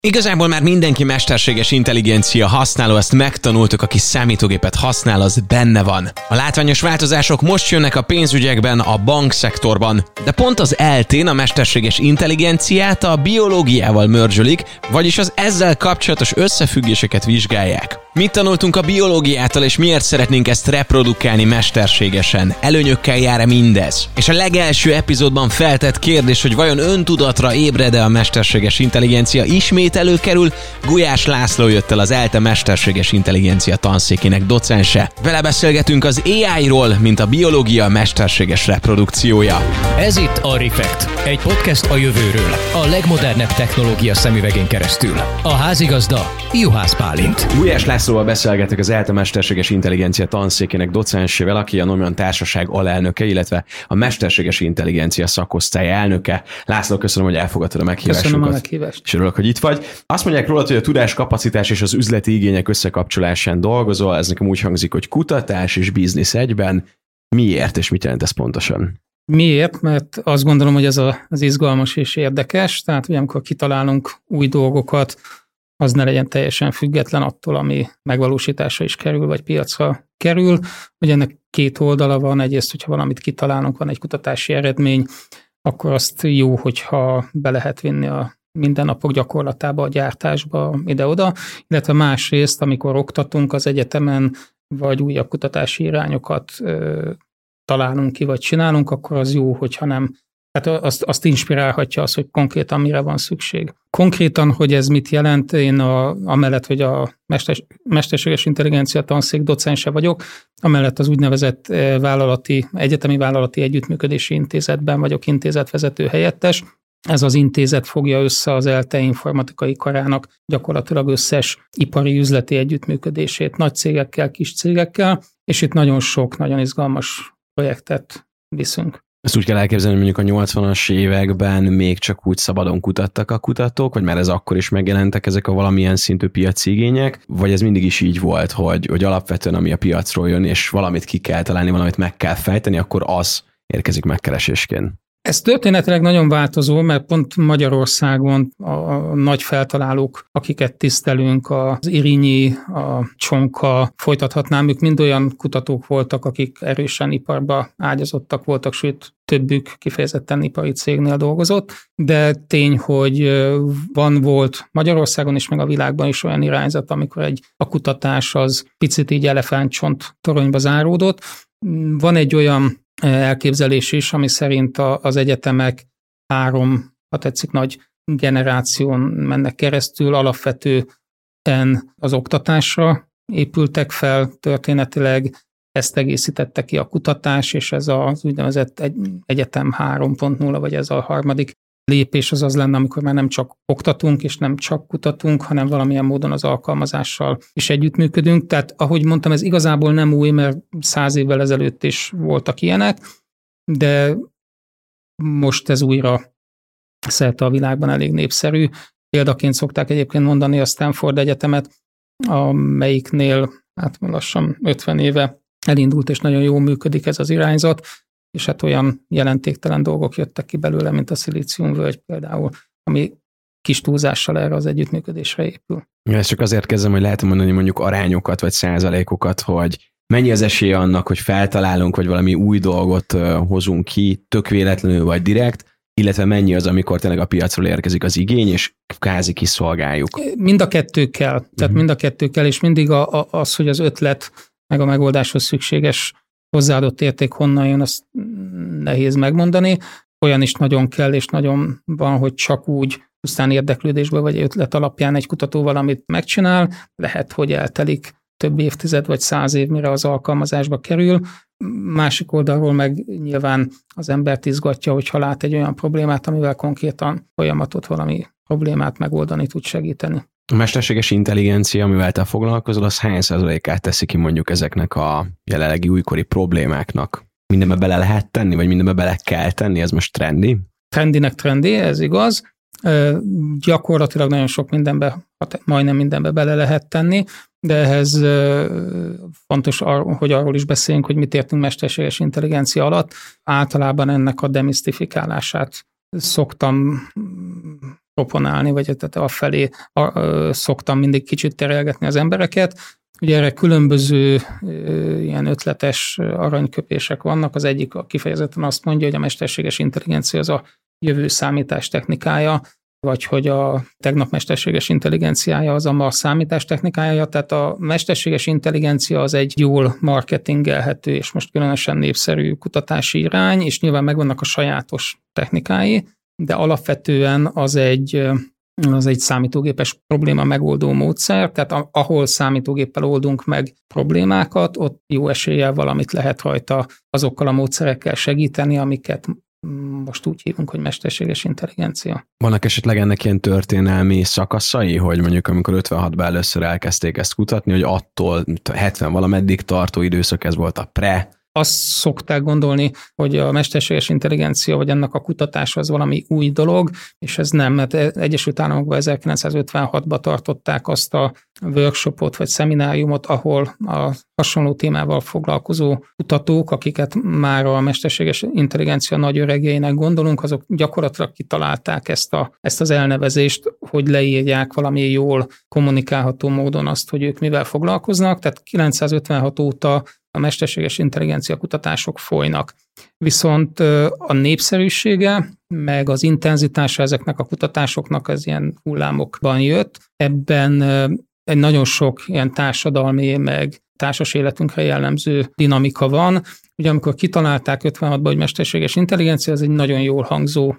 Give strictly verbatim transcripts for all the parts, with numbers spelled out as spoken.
Igazából már mindenki mesterséges intelligencia használó, ezt megtanultuk, aki számítógépet használ, az benne van. A látványos változások most jönnek a pénzügyekben, a bankszektorban, de pont az eltén a mesterséges intelligenciát a biológiával mörzsölik, vagyis az ezzel kapcsolatos összefüggéseket vizsgálják. Mit tanultunk a biológiától, és miért szeretnénk ezt reprodukálni mesterségesen? Előnyökkel jár-e mindez? És a legelső epizódban feltett kérdés, hogy vajon öntudatra ébred-e a mesterséges intelligencia, ismét előkerül. Gulyás László jött el, az ELTE mesterséges intelligencia tanszékének docense. Vele beszélgetünk az á í-ról, mint a biológia mesterséges reprodukciója. Ez itt a Refekt, egy podcast a jövőről, a legmodernebb technológia szemüvegén keresztül. A házigazda Juhász Bálint. Gulyás Lászlóval beszélgetek, az ELTE mesterséges intelligencia tanszékének docensével, aki a Nomion Társaság alelnöke, illetve a mesterséges intelligencia szakosztály elnöke. László, köszönöm, hogy elfogadtad a meghívásunkat. Köszönöm a meghívást. És örülök, hogy itt vagy. Azt mondják rólad, hogy a tudás, kapacitás és az üzleti igények összekapcsolásán dolgozol, ez nekem úgy hangzik, hogy kutatás és biznisz egyben. Miért és mit jelent ez pontosan? Miért? Mert azt gondolom, hogy ez a, az izgalmas és érdekes, tehát hogy amikor kitalálunk új dolgokat, az ne legyen teljesen független attól, ami megvalósításra is kerül, vagy piacra kerül. Ugye ennek két oldala van, egyrészt, hogyha valamit kitalálunk, van egy kutatási eredmény, akkor azt jó, hogyha be lehet vinni a mindennapok gyakorlatába, a gyártásba, ide-oda, illetve másrészt, amikor oktatunk az egyetemen, vagy újabb kutatási irányokat ö, találunk ki, vagy csinálunk, akkor az jó, hogyha nem. Tehát azt, azt inspirálhatja az, hogy konkrétan mire van szükség. Konkrétan, hogy ez mit jelent, én a, amellett, hogy a mester, mesterséges intelligencia tanszék docense vagyok, amellett az úgynevezett vállalati, egyetemi vállalati együttműködési intézetben vagyok intézetvezető helyettes. Ez az intézet fogja össze az ELTE informatikai karának gyakorlatilag összes ipari üzleti együttműködését, nagy cégekkel, kis cégekkel, és itt nagyon sok, nagyon izgalmas projektet viszünk. Ezt úgy kell elképzelni, hogy mondjuk a nyolcvanas években még csak úgy szabadon kutattak a kutatók, vagy már ez akkor is megjelentek ezek a valamilyen szintű piaci igények, vagy ez mindig is így volt, hogy, hogy alapvetően ami a piacról jön, és valamit ki kell találni, valamit meg kell fejteni, akkor az érkezik megkeresésként. Ez történetileg nagyon változó, mert pont Magyarországon a nagy feltalálók, akiket tisztelünk, az Irinyi, a Csonka, folytathatnám, ők mind olyan kutatók voltak, akik erősen iparba ágyazottak voltak, sőt többük kifejezetten ipari cégnél dolgozott, de tény, hogy van, volt Magyarországon is, meg a világban is olyan irányzat, amikor egy, a kutatás az picit így elefántcsont toronyba záródott. Van egy olyan elképzelés is, ami szerint az egyetemek három, ha tetszik, nagy generáción mennek keresztül, alapvetően az oktatásra épültek fel történetileg, ezt egészítette ki a kutatás, és ez az úgynevezett egy, egyetem három pont nulla, vagy ez a harmadik lépés az az lenne, amikor már nem csak oktatunk, és nem csak kutatunk, hanem valamilyen módon az alkalmazással is együttműködünk. Tehát, ahogy mondtam, ez igazából nem új, mert száz évvel ezelőtt is voltak ilyenek, de most ez újra szerte a világban elég népszerű. Példaként szokták egyébként mondani a Stanford Egyetemet, amelyiknél hát lassan ötven éve elindult, és nagyon jól működik ez az irányzat, és hát olyan jelentéktelen dolgok jöttek ki belőle, mint a szilíciumvölgy például, ami kis túlzással erre az együttműködésre épül. Ezt csak azért kezdem, hogy lehet mondani mondjuk arányokat, vagy százalékokat, hogy mennyi az esélye annak, hogy feltalálunk, vagy valami új dolgot hozunk ki, tök véletlenül vagy direkt, illetve mennyi az, amikor tényleg a piacról érkezik az igény, és kázi kiszolgáljuk. Mind a kettő kell. Tehát uh-huh. mind a kettő kell, és mindig a, a, az, hogy az ötlet meg a megoldáshoz szükséges hozzáadott érték honnan jön, azt nehéz megmondani. Olyan is nagyon kell, és nagyon van, hogy csak úgy pusztán érdeklődésből vagy ötlet alapján egy kutató valamit megcsinál. Lehet, hogy eltelik több évtized vagy száz év, mire az alkalmazásba kerül. Másik oldalról meg nyilván az embert izgatja, hogyha lát egy olyan problémát, amivel konkrétan folyamatot valami problémát megoldani tud segíteni. A mesterséges intelligencia, amivel te foglalkozol, az hány százalékát teszi ki mondjuk ezeknek a jelenlegi újkori problémáknak? Mindenbe bele lehet tenni, vagy mindenbe bele kell tenni? Ez most trendi? Trendinek trendi, ez igaz. Gyakorlatilag nagyon sok mindenbe, majdnem mindenbe bele lehet tenni, de ehhez fontos, hogy arról is beszéljünk, hogy mit értünk mesterséges intelligencia alatt. Általában ennek a demisztifikálását szoktam proponálni, vagy tehát afelé a, a, szoktam mindig kicsit terelgetni az embereket. Ugye erre különböző ilyen ötletes aranyköpések vannak. Az egyik kifejezetten azt mondja, hogy a mesterséges intelligencia az a jövő számítás technikája, vagy hogy a tegnap mesterséges intelligenciája az a ma számítás technikája. Tehát a mesterséges intelligencia az egy jól marketingelhető és most különösen népszerű kutatási irány, és nyilván megvannak a sajátos technikái, de alapvetően az egy az egy számítógépes probléma megoldó módszer, tehát ahol számítógéppel oldunk meg problémákat, ott jó eséllyel valamit lehet rajta azokkal a módszerekkel segíteni, amiket most úgy hívunk, hogy mesterséges intelligencia. Vannak esetleg ennek ilyen történelmi szakaszai, hogy mondjuk amikor ötvenhatban először elkezdték ezt kutatni, hogy attól hetven valameddig tartó időszak, ez volt a pre. Azt szokták gondolni, hogy a mesterséges intelligencia vagy ennek a kutatása az valami új dolog, és ez nem, mert Egyesült Államokban ezerkilencszázötvenhatban tartották azt a workshopot vagy szemináriumot, ahol a hasonló témával foglalkozó kutatók, akiket már a mesterséges intelligencia nagy öregjeinek gondolunk, azok gyakorlatilag kitalálták ezt, a, ezt az elnevezést, hogy leírják valami jól kommunikálható módon azt, hogy ők mivel foglalkoznak. Tehát kilencszázötvenhat óta a mesterséges intelligencia kutatások folynak. Viszont a népszerűsége, meg az intenzitása ezeknek a kutatásoknak az ilyen hullámokban jött. Ebben egy nagyon sok ilyen társadalmi, meg társas életünkre jellemző dinamika van. Ugye amikor kitalálták ötvenhatban, hogy mesterséges intelligencia, ez egy nagyon jól hangzó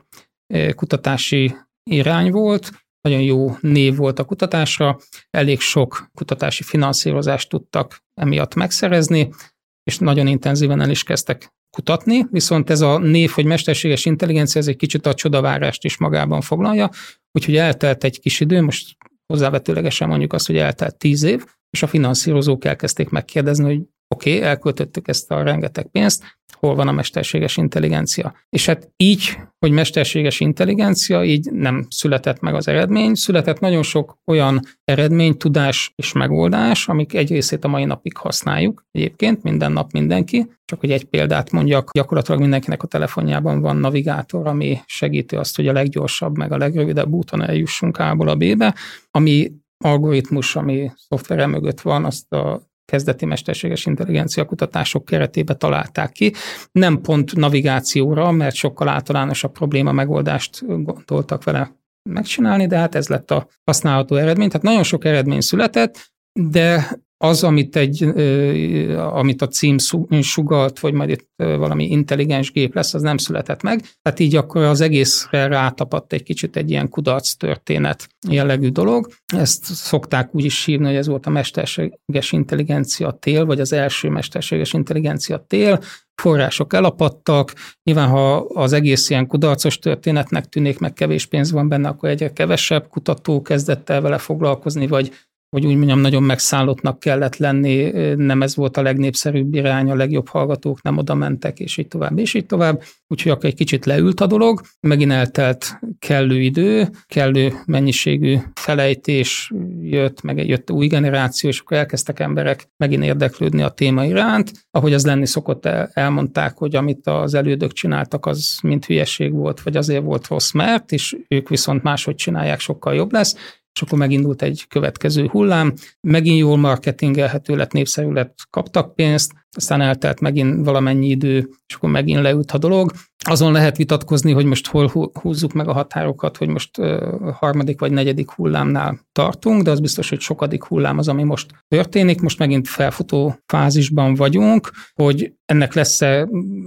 kutatási irány volt, nagyon jó név volt a kutatásra, elég sok kutatási finanszírozást tudtak emiatt megszerezni, és nagyon intenzíven el is kezdtek kutatni, viszont ez a név, hogy mesterséges intelligencia, ez egy kicsit a csodavárást is magában foglalja, úgyhogy eltelt egy kis idő, most hozzávetőlegesen mondjuk azt, hogy eltelt tíz év, és a finanszírozók elkezdték megkérdezni, hogy oké, okay, elköltöttük ezt a rengeteg pénzt, hol van a mesterséges intelligencia. És hát így, hogy mesterséges intelligencia, így nem született meg az eredmény, született nagyon sok olyan eredmény, tudás és megoldás, amik egy részét a mai napig használjuk egyébként, minden nap mindenki. Csak hogy egy példát mondjak, gyakorlatilag mindenkinek a telefonjában van navigátor, ami segíti azt, hogy a leggyorsabb, meg a legrövidebb úton eljussunk A-ból a B-be, ami algoritmus, ami szoftvere mögött van, azt a kezdeti mesterséges intelligencia kutatások keretében találták ki. Nem pont navigációra, mert sokkal általánosabb probléma megoldást gondoltak vele megcsinálni, de hát ez lett a használható eredmény. Tehát nagyon sok eredmény született, de az, amit, egy, amit a cím sugalt, vagy majd itt valami intelligens gép lesz, az nem született meg. Tehát így akkor az egészre rátapadt egy kicsit egy ilyen kudarc történet jellegű dolog. Ezt szokták úgy is hívni, hogy ez volt a mesterséges intelligencia tél, vagy az első mesterséges intelligencia tél. Források elapadtak, nyilván ha az egész ilyen kudarcos történetnek tűnik, meg kevés pénz van benne, akkor egyre kevesebb kutató kezdett el vele foglalkozni, vagy hogy úgy mondjam, nagyon megszállottnak kellett lenni, nem ez volt a legnépszerűbb irány, a legjobb hallgatók nem oda mentek, és így tovább, és így tovább. Úgyhogy akkor egy kicsit leült a dolog, megint eltelt kellő idő, kellő mennyiségű felejtés jött, meg jött új generáció, és akkor elkezdtek emberek megint érdeklődni a téma iránt. Ahogy az lenni szokott, elmondták, hogy amit az elődök csináltak, az mind hülyeség volt, vagy azért volt rossz, mert, és ők viszont máshogy csinálják, sokkal jobb lesz. És akkor megindult egy következő hullám, megint jól marketingelhető lett, népszerű lett, kaptak pénzt, aztán eltelt megint valamennyi idő, és akkor megint leült a dolog. Azon lehet vitatkozni, hogy most hol húzzuk meg a határokat, hogy most a harmadik vagy negyedik hullámnál tartunk, de az biztos, hogy sokadik hullám az, ami most történik. Most megint felfutó fázisban vagyunk, hogy ennek lesz-e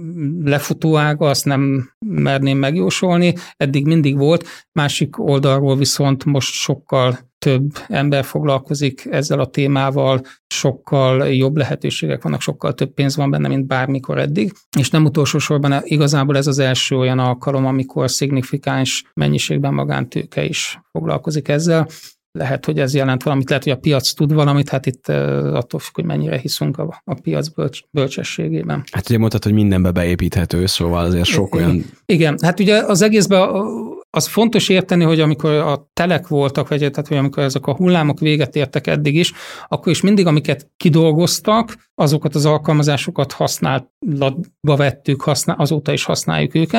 lefutó ága, azt nem merném megjósolni. Eddig mindig volt, másik oldalról viszont most sokkal több ember foglalkozik ezzel a témával, sokkal jobb lehetőségek vannak, sokkal több pénz van benne, mint bármikor eddig. És nem utolsó sorban igazából ez az első olyan alkalom, amikor szignifikáns mennyiségben magántőke is foglalkozik ezzel. Lehet, hogy ez jelent valamit, lehet, hogy a piac tud valamit, hát itt attól függ, hogy mennyire hiszünk a, a piac bölcs, bölcsességében. Hát ugye mondtad, hogy mindenbe beépíthető, szóval azért sok olyan... Igen, hát ugye az egészben az fontos érteni, hogy amikor a telek voltak, vagy tehát, hogy amikor ezek a hullámok véget értek eddig is, akkor is mindig, amiket kidolgoztak, azokat az alkalmazásokat használatba vettük, használ, azóta is használjuk őket.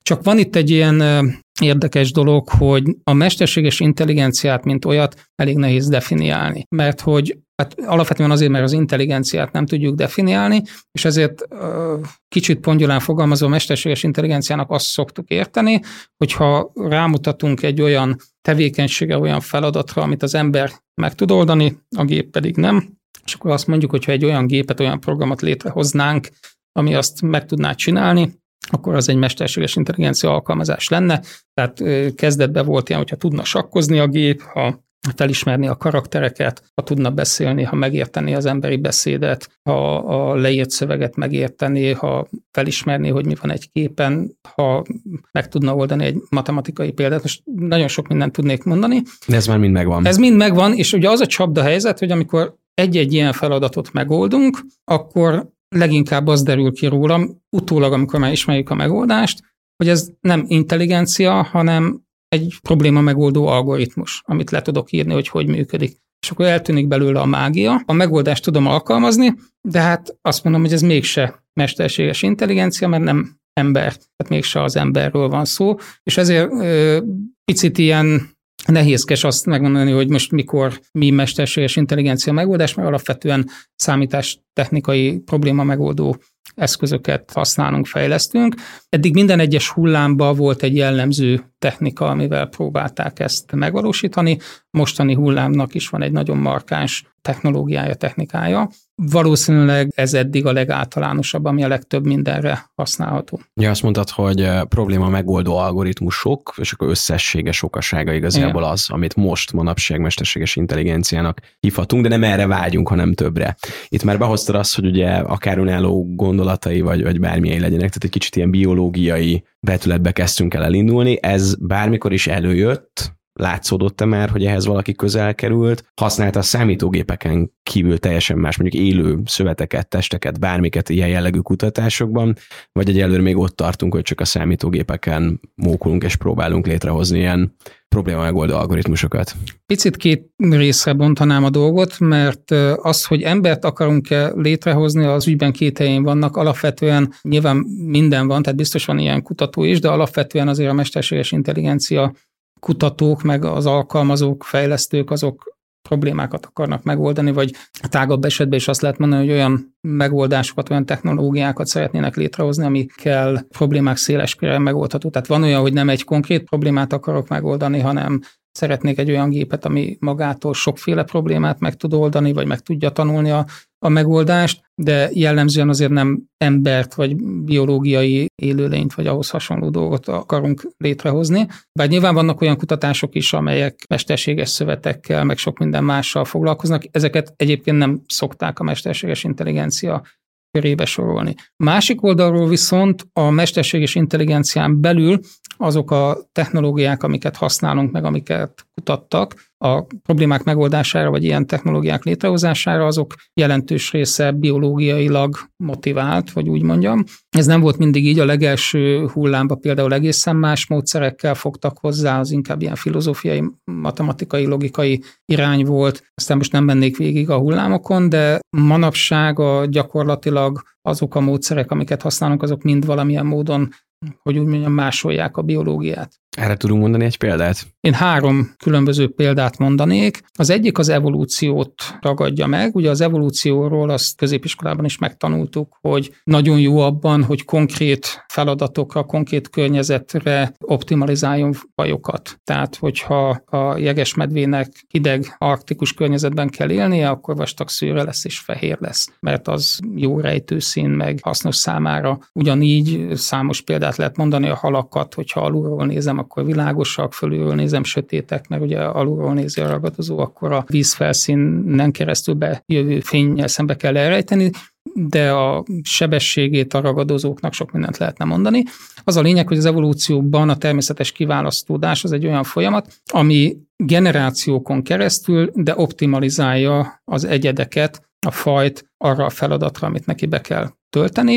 Csak van itt egy ilyen érdekes dolog, hogy a mesterséges intelligenciát, mint olyat, elég nehéz definiálni. Mert hogy hát alapvetően azért, mert az intelligenciát nem tudjuk definiálni, és ezért kicsit pongyolán fogalmazva a mesterséges intelligenciának azt szoktuk érteni, hogyha rámutatunk egy olyan tevékenységre, olyan feladatra, amit az ember meg tud oldani, a gép pedig nem, és akkor azt mondjuk, hogyha egy olyan gépet, olyan programot létrehoznánk, ami azt meg tudná csinálni, akkor az egy mesterséges intelligencia alkalmazás lenne. Tehát kezdetben volt ilyen, hogyha tudna sakkozni a gép, ha felismerni a karaktereket, ha tudna beszélni, ha megérteni az emberi beszédet, ha a leírt szöveget megérteni, ha felismerni, hogy mi van egy képen, ha meg tudna oldani egy matematikai példát. Most nagyon sok mindent tudnék mondani. De ez már mind megvan. Ez mind megvan, és ugye az a csapda helyzet, hogy amikor egy-egy ilyen feladatot megoldunk, akkor leginkább az derül ki rólam, utólag, amikor már ismerjük a megoldást, hogy ez nem intelligencia, hanem egy probléma megoldó algoritmus, amit le tudok írni, hogy hogy működik. És akkor eltűnik belőle a mágia. A megoldást tudom alkalmazni, de hát azt mondom, hogy ez mégse mesterséges intelligencia, mert nem ember, tehát mégse az emberről van szó, és ezért ö, picit ilyen nehézkes azt megmondani, hogy most mikor mi mesterséges intelligencia megoldás, mert alapvetően számítástechnikai probléma megoldó eszközöket használunk, fejlesztünk. Eddig minden egyes hullámban volt egy jellemző technika, amivel próbálták ezt megvalósítani. Mostani hullámnak is van egy nagyon markáns technológiája, technikája. Valószínűleg ez eddig a legáltalánosabb, ami a legtöbb mindenre használható. Ja, azt mondtad, hogy probléma megoldó algoritmusok, és akkor összessége, sokasága igazából igen. Az, amit most manapság mesterséges intelligenciának hívhatunk, de nem erre vágyunk, hanem többre. Itt már behoztad azt, hogy ugye akár önálló gondolatai, vagy, vagy bármilyen legyenek, tehát egy kicsit ilyen biológiai vetületbe kezdtünk el elindulni. Ez bármikor is előjött, látszódott-e már, hogy ehhez valaki közel került? Használta a számítógépeken kívül teljesen más, mondjuk élő szöveteket, testeket, bármiket ilyen jellegű kutatásokban, vagy egyelőre még ott tartunk, hogy csak a számítógépeken mókulunk és próbálunk létrehozni ilyen probléma megoldó algoritmusokat? Picit két részre bontanám a dolgot, mert az, hogy embert akarunk-e létrehozni, az ügyben két helyén vannak. Alapvetően nyilván minden van, tehát biztos van ilyen kutató is, de alapvetően azért a mesterséges intelligencia kutatók, meg az alkalmazók, fejlesztők, azok problémákat akarnak megoldani, vagy a tágabb esetben is azt lehet mondani, hogy olyan megoldásokat, olyan technológiákat szeretnének létrehozni, amikkel problémák széles körben megoldható. Tehát van olyan, hogy nem egy konkrét problémát akarok megoldani, hanem szeretnék egy olyan gépet, ami magától sokféle problémát meg tud oldani, vagy meg tudja tanulni a, a megoldást, de jellemzően azért nem embert, vagy biológiai élőlényt, vagy ahhoz hasonló dolgot akarunk létrehozni. Bár nyilván vannak olyan kutatások is, amelyek mesterséges szövetekkel, meg sok minden mással foglalkoznak. Ezeket egyébként nem szokták a mesterséges intelligencia körébe sorolni. Másik oldalról viszont a mesterséges intelligencián belül azok a technológiák, amiket használunk, meg amiket kutattak a problémák megoldására, vagy ilyen technológiák létrehozására, azok jelentős része biológiailag motivált, vagy úgy mondjam. Ez nem volt mindig így, a legelső hullámban például egészen más módszerekkel fogtak hozzá, az inkább ilyen filozófiai, matematikai, logikai irány volt. Aztán most nem mennék végig a hullámokon, de manapság a gyakorlatilag azok a módszerek, amiket használunk, azok mind valamilyen módon, hogy úgy mondjam, másolják a biológiát. Erre tudunk mondani egy példát? Én három különböző példát mondanék. Az egyik az evolúciót ragadja meg. Ugye az evolúcióról azt középiskolában is megtanultuk, hogy nagyon jó abban, hogy konkrét feladatokra, konkrét környezetre optimalizáljon fajokat. Tehát, hogyha a jegesmedvének hideg arktikus környezetben kell élnie, akkor vastag szőre lesz és fehér lesz, mert az jó rejtőszín, meg hasznos számára. Ugyanígy számos példát lehet mondani a halakat, hogyha alulról nézem, akkor világosak, fölülről nézem, sötétek, mert ugye alulról nézi a ragadozó, akkor a vízfelszínen keresztül bejövő fénnyel szembe kell elrejteni, de a sebességét a ragadozóknak sok mindent lehetne mondani. Az a lényeg, hogy az evolúcióban a természetes kiválasztódás az egy olyan folyamat, ami generációkon keresztül, de optimalizálja az egyedeket, a fajt arra a feladatra, amit neki be kell tölteni,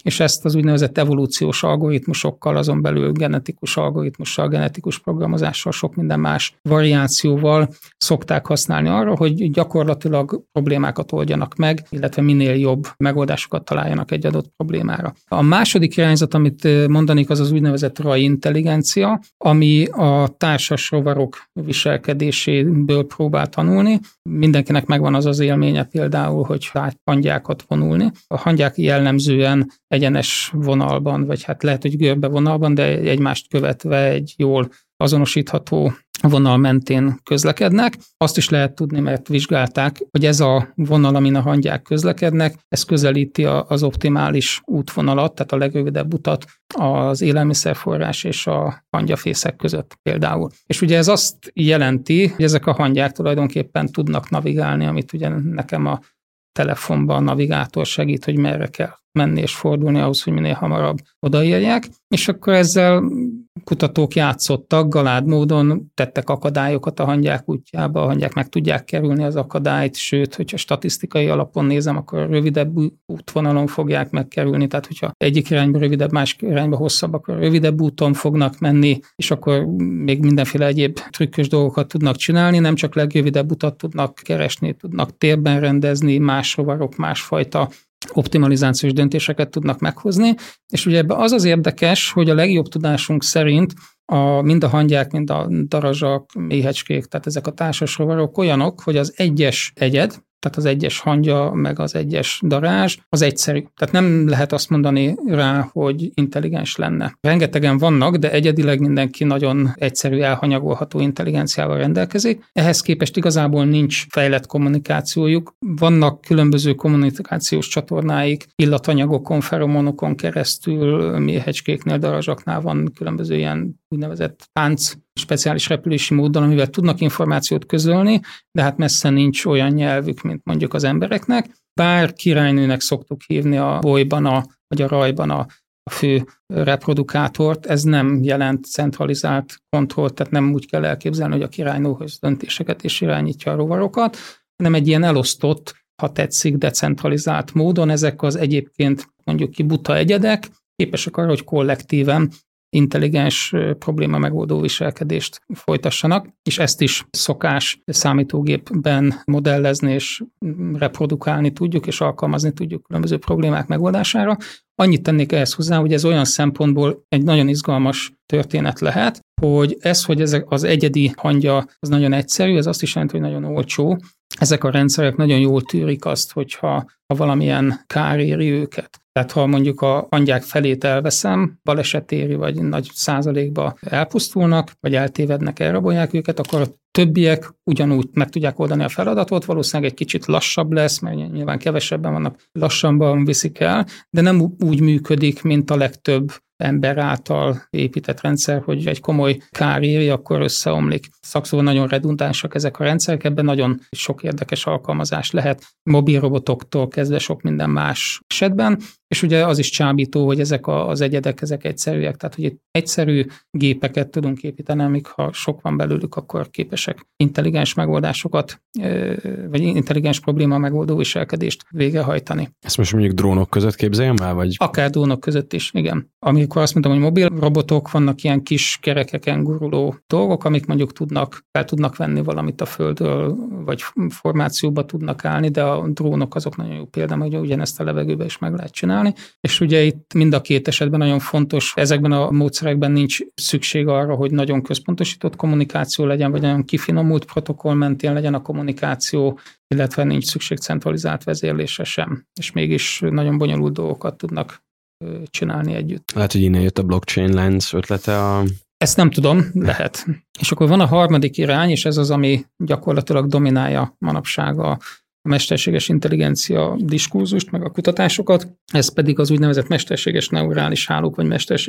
és ezt az úgynevezett evolúciós algoritmusokkal, azon belül genetikus algoritmussal, genetikus programozással, sok minden más variációval szokták használni arra, hogy gyakorlatilag problémákat oldjanak meg, illetve minél jobb megoldásokat találjanak egy adott problémára. A második irányzat, amit mondanék, az az úgynevezett rai intelligencia, ami a társas rovarok viselkedéséből próbál tanulni. Mindenkinek megvan az az élménye például, hogy lát hangyákat vonulni. A hangyák jellemzően egyenes vonalban, vagy hát lehet, hogy görbe vonalban, de egymást követve egy jól azonosítható vonal mentén közlekednek. Azt is lehet tudni, mert vizsgálták, hogy ez a vonal, amin a hangyák közlekednek, ez közelíti az optimális útvonalat, tehát a legrövidebb utat az élelmiszerforrás és a hangyafészek között például. És ugye ez azt jelenti, hogy ezek a hangyák tulajdonképpen tudnak navigálni, amit ugye nekem a telefonban a navigátor segít, hogy merre kell menni és fordulni ahhoz, hogy minél hamarabb odaérjek. És akkor ezzel kutatók játszottak, galád módon tettek akadályokat a hangyák útjába, a hangyák meg tudják kerülni az akadályt, sőt, hogyha statisztikai alapon nézem, akkor a rövidebb útvonalon fogják megkerülni, tehát hogyha egyik irányba rövidebb, másik irányba hosszabb, akkor rövidebb úton fognak menni, és akkor még mindenféle egyéb trükkös dolgokat tudnak csinálni, nem csak legrövidebb utat tudnak keresni, tudnak térben rendezni, más rovarok, másfajta optimalizációs döntéseket tudnak meghozni, és ugye ebben az az érdekes, hogy a legjobb tudásunk szerint a, mind a hangyák, mind a darazsak, méhecskék, tehát ezek a társas rovarok olyanok, hogy az egyes egyed, tehát az egyes hangya, meg az egyes darázs, az egyszerű. Tehát nem lehet azt mondani rá, hogy intelligens lenne. Rengetegen vannak, de egyedileg mindenki nagyon egyszerű, elhanyagolható intelligenciával rendelkezik. Ehhez képest igazából nincs fejlett kommunikációjuk. Vannak különböző kommunikációs csatornáik, illatanyagokon, feromonokon keresztül, méhecskéknél, darazsaknál van különböző ilyen úgynevezett tánc, speciális repülési módon, amivel tudnak információt közölni, de hát messze nincs olyan nyelvük, mint mondjuk az embereknek. Bár királynőnek szoktuk hívni a bolyban, a, vagy a rajban a, a fő reprodukátort, ez nem jelent centralizált kontrollt, tehát nem úgy kell elképzelni, hogy a királynőhöz döntéseket és irányítja a rovarokat, hanem egy ilyen elosztott, ha tetszik, decentralizált módon. Ezek az egyébként mondjuk ki buta egyedek képesek arra, hogy kollektíven intelligens probléma megoldó viselkedést folytassanak, és ezt is szokás számítógépben modellezni és reprodukálni tudjuk, és alkalmazni tudjuk különböző problémák megoldására. Annyit tennék ehhez hozzá, hogy ez olyan szempontból egy nagyon izgalmas történet lehet, hogy ez, hogy ezek az egyedi hangya az nagyon egyszerű, ez azt is jelenti, hogy nagyon olcsó. Ezek a rendszerek nagyon jól tűrik azt, hogyha ha valamilyen kár éri őket. Tehát ha mondjuk a hangyák felét elveszem, baleset éri, vagy nagy százalékba elpusztulnak, vagy eltévednek, elrabolják őket, akkor a többiek ugyanúgy meg tudják oldani a feladatot, valószínűleg egy kicsit lassabb lesz, mert nyilván kevesebben vannak, lassabban viszik el, de nem úgy működik, mint a legtöbb ember által épített rendszer, hogy egy komoly kár éri, akkor összeomlik. Szakszóval nagyon redundánsak ezek a rendszerek, ebben nagyon sok érdekes alkalmazás lehet, mobil robotoktól kezdve sok minden más esetben, és ugye az is csábító, hogy ezek az egyedek, ezek egyszerűek, tehát hogy itt egyszerű gépeket tudunk építeni, amik ha sok van belőlük, akkor képesek intelligens megoldásokat, vagy intelligens probléma megoldó viselkedést végrehajtani. Ezt most mondjuk drónok között képzeljem el, vagy? Akár drónok között is, igen. Amikor azt mondtam, hogy mobil robotok, vannak ilyen kis kerekeken guruló dolgok, amik mondjuk tudnak, fel tudnak venni valamit a földről, vagy formációba tudnak állni, de a drónok azok nagyon jó példa, hogy ugyanezt a levegőbe is meg lehet csinálni. És ugye itt mind a két esetben nagyon fontos, ezekben a módszerekben nincs szükség arra, hogy nagyon központosított kommunikáció legyen, vagy nagyon kifinomult protokoll mentén legyen a kommunikáció, illetve nincs szükség centralizált vezérlésre sem. És mégis nagyon bonyolult dolgokat tudnak csinálni együtt. Lehet, hogy innen jött a blockchain lens ötlete a... Ezt nem tudom, lehet. És akkor van a harmadik irány, és ez az, ami gyakorlatilag dominálja manapság a a mesterséges intelligencia diskurzust, meg a kutatásokat, ez pedig az úgynevezett mesterséges neurális hálók, vagy mesterséges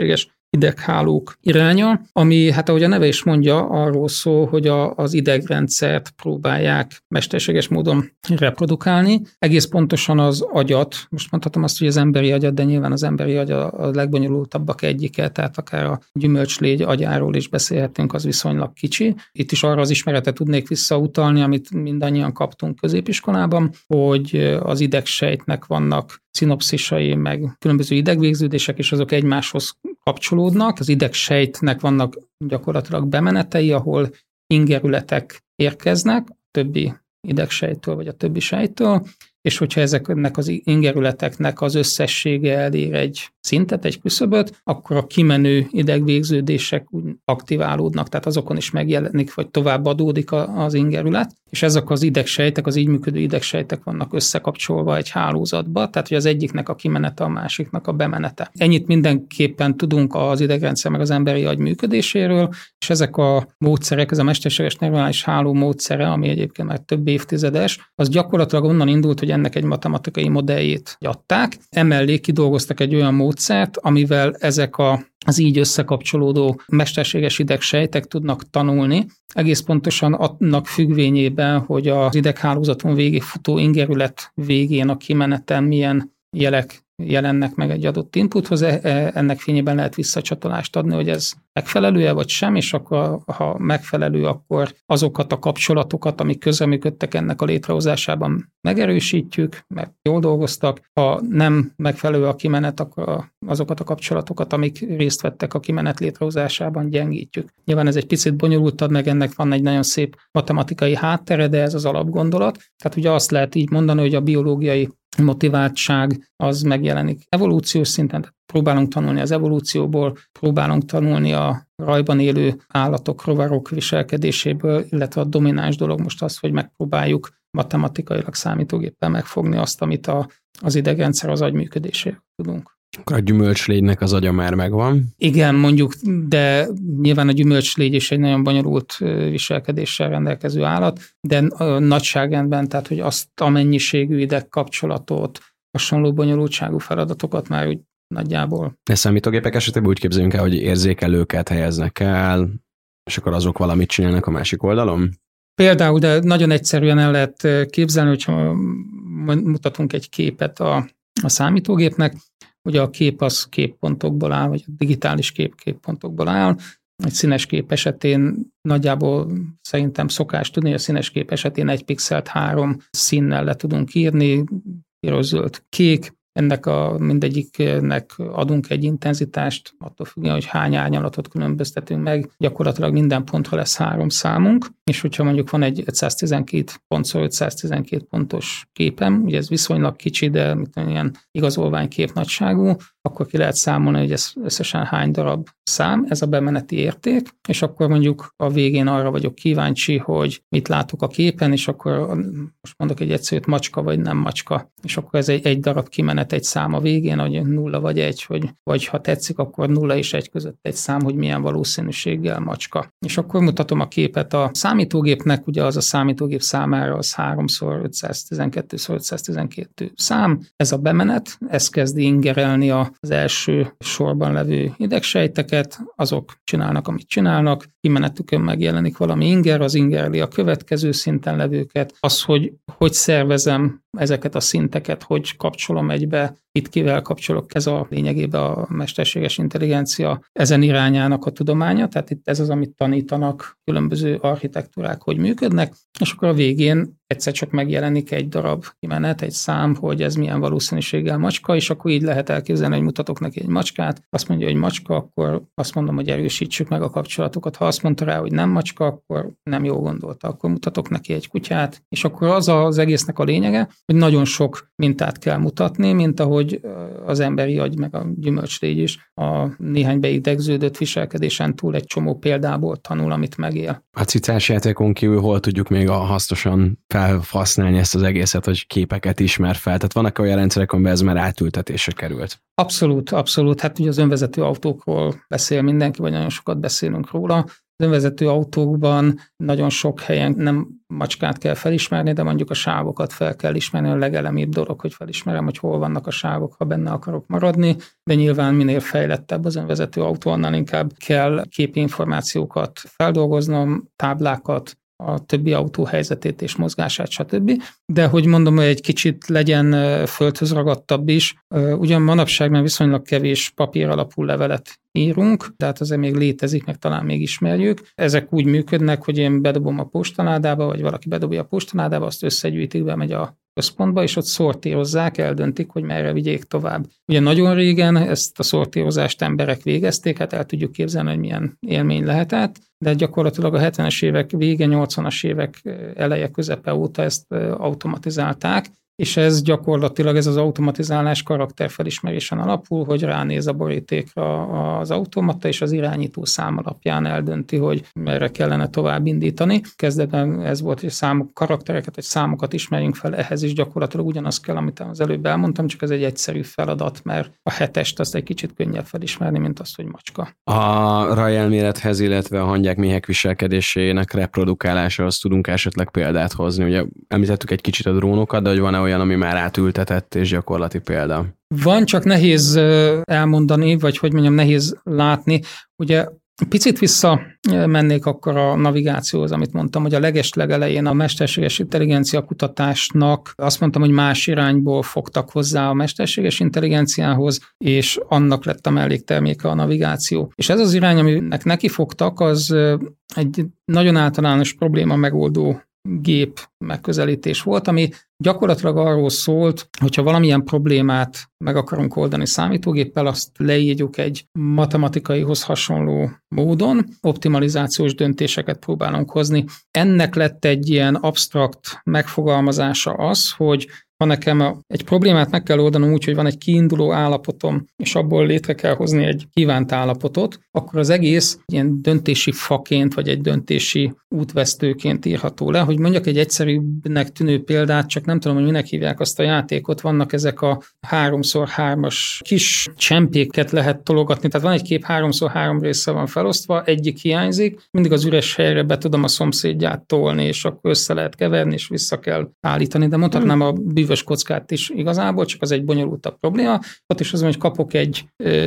ideghálók iránya, ami, hát ahogy a neve is mondja, arról szól, hogy a, az idegrendszert próbálják mesterséges módon reprodukálni. Egész pontosan az agyat, most mondhatom azt, hogy az emberi agyat, de nyilván az emberi agy a legbonyolultabbak egyike, tehát akár a gyümölcslégy agyáról is beszélhetünk, az viszonylag kicsi. Itt is arra az ismeretet tudnék visszautalni, amit mindannyian kaptunk középiskolában, hogy az idegsejtnek vannak szinopszisai, meg különböző idegvégződések, és azok egymáshoz kapcsolódnak. Az idegsejtnek vannak gyakorlatilag bemenetei, ahol ingerületek érkeznek, a többi idegsejtől vagy a többi sejtől, és hogyha ezeknek az ingerületeknek az összessége elér egy szintet, egy küszöböt, akkor a kimenő idegvégződések úgy aktiválódnak, tehát azokon is megjelenik, vagy tovább adódik az ingerület, és ezek az idegsejtek, az így működő idegsejtek vannak összekapcsolva egy hálózatba, tehát hogy az egyiknek a kimenete, a másiknak a bemenete. Ennyit mindenképpen tudunk az idegrendszer meg az emberi agy működéséről, és ezek a módszerek, ez a mesterséges neuronális háló módszere, ami egyébként már több évtizedes, az gyakorlatilag onnan indult, hogy ennek egy matematikai modelljét adták. Emellé kidolgoztak egy olyan módszert, amivel ezek a, az így összekapcsolódó mesterséges idegsejtek tudnak tanulni, egész pontosan annak függvényében, hogy az ideghálózaton végigfutó ingerület végén a kimeneten milyen jelek jelennek meg egy adott inputhoz, ennek fényében lehet visszacsatolást adni, hogy ez megfelelő-e vagy sem, és akkor, ha megfelelő, akkor azokat a kapcsolatokat, amik közreműködtek ennek a létrehozásában, megerősítjük, mert jól dolgoztak. Ha nem megfelelő a kimenet, akkor azokat a kapcsolatokat, amik részt vettek a kimenet létrehozásában, gyengítjük. Nyilván ez egy picit bonyolultabb, meg ennek van egy nagyon szép matematikai háttere, de ez az alapgondolat. Tehát ugye azt lehet így mondani, hogy a biológiai motiváltság az megjelenik evolúciós szinten, tehát próbálunk tanulni az evolúcióból, próbálunk tanulni a rajban élő állatok, rovarok viselkedéséből, illetve a domináns dolog most az, hogy megpróbáljuk matematikailag számítógéppel megfogni azt, amit a, az idegrendszer az agy működéséről tudunk. Akkor a gyümölcslégynek az agya már megvan. Igen, mondjuk, de nyilván a gyümölcslégy is egy nagyon bonyolult viselkedéssel rendelkező állat, de a nagyságrendben, tehát hogy azt a mennyiségű idegkapcsolatot, hasonló bonyolultságú feladatokat már úgy nagyjából. A számítógépek esetében úgy képzeljünk el, hogy érzékelőket helyeznek el, és akkor azok valamit csinálnak a másik oldalon? Például, de nagyon egyszerűen el lehet képzelni, hogyha mutatunk egy képet a, a számítógépnek, ugye a kép az képpontokból áll, vagy a digitális kép képpontokból áll. Egy színes kép esetén nagyjából szerintem szokás tudni, hogy a színes kép esetén egy pixelt három színnel le tudunk írni, piros, zöld, kék. Ennek a mindegyiknek adunk egy intenzitást, attól függően, hogy hány árnyalatot különböztetünk meg, gyakorlatilag minden pontra lesz három számunk, és hogyha mondjuk van egy ötszáztizenkét pontszor ötszáztizenkét pontos képem, ugye ez viszonylag kicsi, de ilyen igazolványkép nagyságú, akkor ki lehet számolni, hogy ez összesen hány darab szám, ez a bemeneti érték, és akkor mondjuk a végén arra vagyok kíváncsi, hogy mit látok a képen, és akkor most mondok egy egyszerűt, macska vagy nem macska, és akkor ez egy, egy darab kimenet, egy szám a végén, hogy nulla vagy egy, hogy, vagy ha tetszik, akkor nulla és egy között egy szám, hogy milyen valószínűséggel macska. És akkor mutatom a képet a számítógépnek, ugye az a számítógép számára az háromszor ötszáztizenkettőszor ötszáztizenkettő szám, ez a bemenet, ez kezdi ingerelni az első sorban levő idegsejteket, azok csinálnak, amit csinálnak, kimenetükön megjelenik valami inger, az ingerli a következő szinten levőket, az, hogy hogy szervezem ezeket a szinteket, hogy kapcsolom egybe, itt kivel kapcsolok, ez a lényegében a mesterséges intelligencia ezen irányának a tudománya, tehát itt ez az, amit tanítanak különböző architektúrák, hogy működnek, és akkor a végén egyszer csak megjelenik egy darab kimenet, egy szám, hogy ez milyen valószínűséggel macska, és akkor így lehet elképzelni, hogy mutatok neki egy macskát, azt mondja, hogy macska, akkor azt mondom, hogy erősítsük meg a kapcsolatokat. Ha azt mondta rá, hogy nem macska, akkor nem jól gondolta, akkor mutatok neki egy kutyát, és akkor az az egésznek a lényege, hogy nagyon sok mintát kell mutatni, mint ahogy az emberi agy, meg a gyümölcslégy is a néhány beidegződött viselkedésen túl egy csomó példából tanul, amit megél. A cicás játékon kívül hol tudjuk még hasznosan felhasználni ezt az egészet, hogy képeket ismer fel? Tehát vannak olyan rendszerek, amiben ez már átültetésre került? Abszolút, abszolút. Hát ugye az önvezető autókról beszél mindenki, vagy nagyon sokat beszélünk róla. Az önvezető autókban nagyon sok helyen nem macskát kell felismerni, de mondjuk a sávokat fel kell ismerni, a legelemibb dolog, hogy felismerem, hogy hol vannak a sávok, ha benne akarok maradni, de nyilván minél fejlettebb az önvezető autó, annál inkább kell képinformációkat feldolgoznom, táblákat, a többi autó helyzetét és mozgását, stb. De hogy mondom, hogy egy kicsit legyen földhöz ragadtabb is, ugyan manapság már viszonylag kevés papír alapú levelet írunk, de hát azért még létezik, meg talán még ismerjük. Ezek úgy működnek, hogy én bedobom a postaládába, vagy valaki bedobja a postaládába, azt összegyűjtik, bemegy a központba, és ott szortírozzák, eldöntik, hogy merre vigyék tovább. Ugye nagyon régen ezt a szortírozást emberek végezték, hát el tudjuk képzelni, hogy milyen élmény lehetett, de gyakorlatilag a hetvenes évek vége, nyolcvanas évek eleje, közepe óta ezt automatizálták, és ez gyakorlatilag ez az automatizálás karakterfelismerésen alapul, hogy ránéz a borítékra az automata, és az irányító szám alapján eldönti, hogy merre kellene tovább indítani. Kezdetben ez volt, hogy számok, karaktereket, vagy számokat ismerjünk fel, ehhez is gyakorlatilag ugyanaz kell, amit az előbb elmondtam, csak ez egy egyszerű feladat, mert a hetest azt egy kicsit könnyebb felismerni, mint azt, hogy macska. A rajelmélethez, illetve a hangyák méhek viselkedésének reprodukálásához tudunk esetleg példát hozni. Ugye említettük egy kicsit a drónokat, de hogy van-e olyan, ami már átültetett és gyakorlati példa? Van, csak nehéz elmondani, vagy hogy mondjam, nehéz látni. Ugye picit vissza mennék akkor a navigációhoz, amit mondtam, hogy a legeslegelején a mesterséges intelligencia kutatásnak azt mondtam, hogy más irányból fogtak hozzá a mesterséges intelligenciához, és annak lett a mellékterméke a navigáció. És ez az irány, aminek neki fogtak, az egy nagyon általános probléma megoldó gép megközelítés volt, ami gyakorlatilag arról szólt, hogyha valamilyen problémát meg akarunk oldani számítógéppel, azt leírjuk egy matematikaihoz hasonló módon, optimalizációs döntéseket próbálunk hozni. Ennek lett egy ilyen absztrakt megfogalmazása az, hogy ha nekem egy problémát meg kell oldanom úgy, hogy van egy kiinduló állapotom, és abból létre kell hozni egy kívánt állapotot, akkor az egész ilyen döntési faként, vagy egy döntési útvesztőként írható le. Hogy mondjak egy egyszerűbbnek tűnő példát, csak nem tudom, hogy minek hívják azt a játékot, vannak ezek a háromszor hármas kis csempéket lehet tologatni, tehát van egy kép, háromszor három része van felosztva, egyik hiányzik, mindig az üres helyre be tudom a szomszédját tolni, és akkor össze lehet keverni, és vissza kell állítani, de mondhatnám a bűvös kockát is igazából, csak az egy bonyolultabb probléma. Ott is az, hogy kapok egy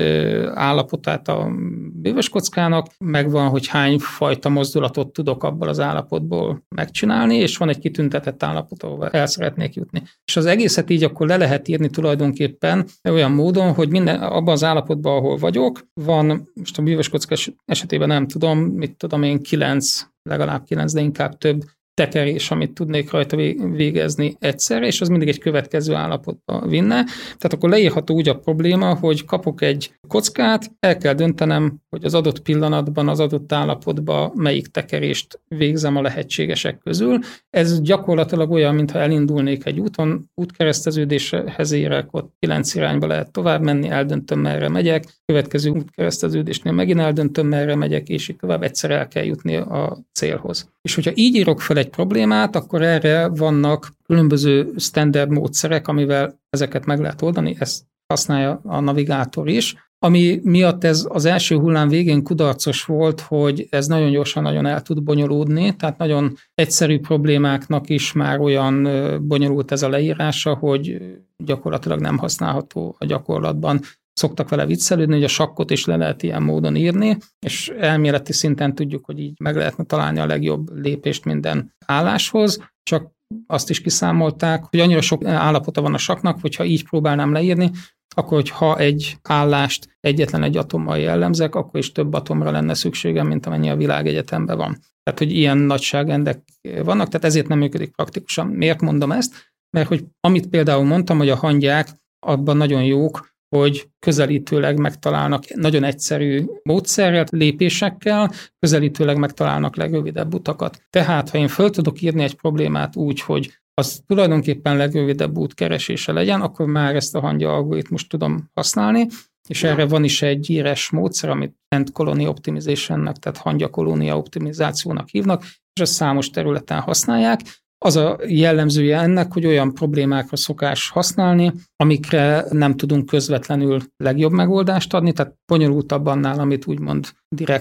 ö, állapotát a bűvös kockának, megvan, hogy hány fajta mozdulatot tudok abból az állapotból megcsinálni, és van egy kitüntetett állapot, ahol el szeretnék jutni. És az egészet így akkor le lehet írni tulajdonképpen olyan módon, hogy minden, abban az állapotban, ahol vagyok, van, most a bűvös kocka esetében nem tudom, mit tudom én, kilenc, legalább kilenc, de inkább több tekerés, amit tudnék rajta végezni egyszerre, és az mindig egy következő állapotba vinne. Tehát akkor leírható úgy a probléma, hogy kapok egy kockát, el kell döntenem, hogy az adott pillanatban, az adott állapotban melyik tekerést végzem a lehetségesek közül. Ez gyakorlatilag olyan, mintha elindulnék egy úton, útkereszteződéshez érek, ott kilenc irányba lehet tovább menni, eldöntöm, merre megyek, következő útkereszteződésnél megint eldöntöm, merre megyek, és így tovább egyszer el kell jutni a célhoz. És hogyha így írok fel egy problémát, akkor erre vannak különböző standard módszerek, amivel ezeket meg lehet oldani, ezt használja a navigátor is, ami miatt ez az első hullám végén kudarcos volt, hogy ez nagyon gyorsan nagyon el tud bonyolódni, tehát nagyon egyszerű problémáknak is már olyan bonyolult ez a leírása, hogy gyakorlatilag nem használható a gyakorlatban. Szoktak vele viccelődni, hogy a sakkot is le lehet ilyen módon írni, és elméleti szinten tudjuk, hogy így meg lehetne találni a legjobb lépést minden álláshoz, csak azt is kiszámolták, hogy annyira sok állapota van a sakknak, hogyha így próbálnám leírni, akkor, hogyha egy állást egyetlen egy atommal jellemzek, akkor is több atomra lenne szükségem, mint amennyi a világegyetemben van. Tehát, hogy ilyen nagyságrendek vannak, tehát ezért nem működik praktikusan. Miért mondom ezt? Mert hogy amit például mondtam, hogy a hangyák abban nagyon jók, hogy közelítőleg megtalálnak nagyon egyszerű módszerrel, lépésekkel, közelítőleg megtalálnak legrövidebb utakat. Tehát, ha én föl tudok írni egy problémát úgy, hogy az tulajdonképpen legrövidebb út keresése legyen, akkor már ezt a hangya algoritmust tudom használni, és erre van is egy írás módszer, amit Ant Colony Optimizationnek, tehát hangya kolónia optimizációnak hívnak, és ezt számos területen használják. Az a jellemzője ennek, hogy olyan problémákra szokás használni, amikre nem tudunk közvetlenül legjobb megoldást adni, tehát bonyolultabb annál, amit úgymond direkt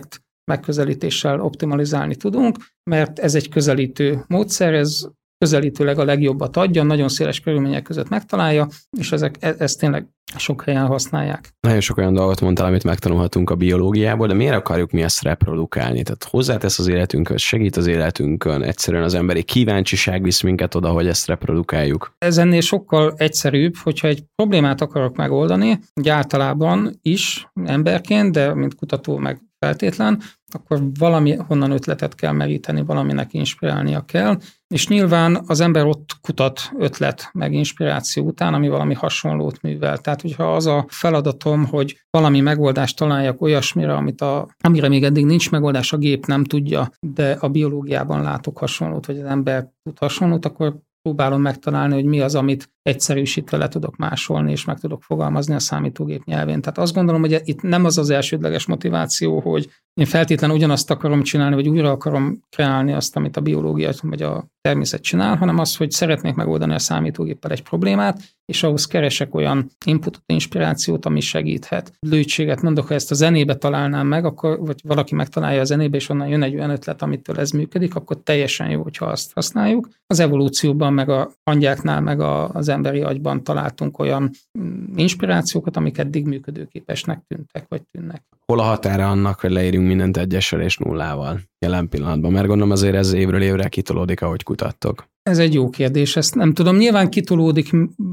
megközelítéssel optimalizálni tudunk, mert ez egy közelítő módszer, ez közelítőleg a legjobbat adja, nagyon széles körülmények között megtalálja, és ezek, e, ezt tényleg sok helyen használják. Nagyon sok olyan dolgot mondtál, amit megtanulhatunk a biológiából, de miért akarjuk mi ezt reprodukálni? Tehát hozzátesz az életünkhöz, segít az életünkön, egyszerűen az emberi kíváncsiság visz minket oda, hogy ezt reprodukáljuk. Ez ennél sokkal egyszerűbb, hogyha egy problémát akarok megoldani, hogy általában is emberként, de mint kutató meg feltétlen, akkor valami honnan ötletet kell meríteni, valaminek inspirálnia kell, és nyilván az ember ott kutat ötlet meg inspiráció után, ami valami hasonlót művel. Tehát, hogyha az a feladatom, hogy valami megoldást találjak olyasmire, amit a, amire még eddig nincs megoldás, a gép nem tudja, de a biológiában látok hasonlót, vagy az ember tud hasonlót, akkor próbálom megtalálni, hogy mi az, amit egyszerűsítve le tudok másolni, és meg tudok fogalmazni a számítógép nyelvén. Tehát azt gondolom, hogy itt nem az az elsődleges motiváció, hogy én feltétlenül ugyanazt akarom csinálni, vagy újra akarom kreálni azt, amit a biológia vagy a természet csinál, hanem az, hogy szeretnék megoldani a számítógéppel egy problémát, és ahhoz keresek olyan inputot, inspirációt, ami segíthet. Lőtséget mondok, ha ezt a zenébe találnám meg, akkor, vagy valaki megtalálja a zenébe, és onnan jön egy olyan ötlet, amitől ez működik, akkor teljesen jó, hogyha azt használjuk. Az evolúcióban, meg a hangyáknál, meg a, az emberi agyban találtunk olyan inspirációkat, amik eddig működőképesnek tűntek, vagy tűnnek. Hol a határa annak, hogy leírjunk mindent egyessel és nullával jelen pillanatban? Mert gondolom azért ez évről évre kitolódik, ahogy kutattok. Ez egy jó kérdés, ezt nem tudom. Nyilván kitolódik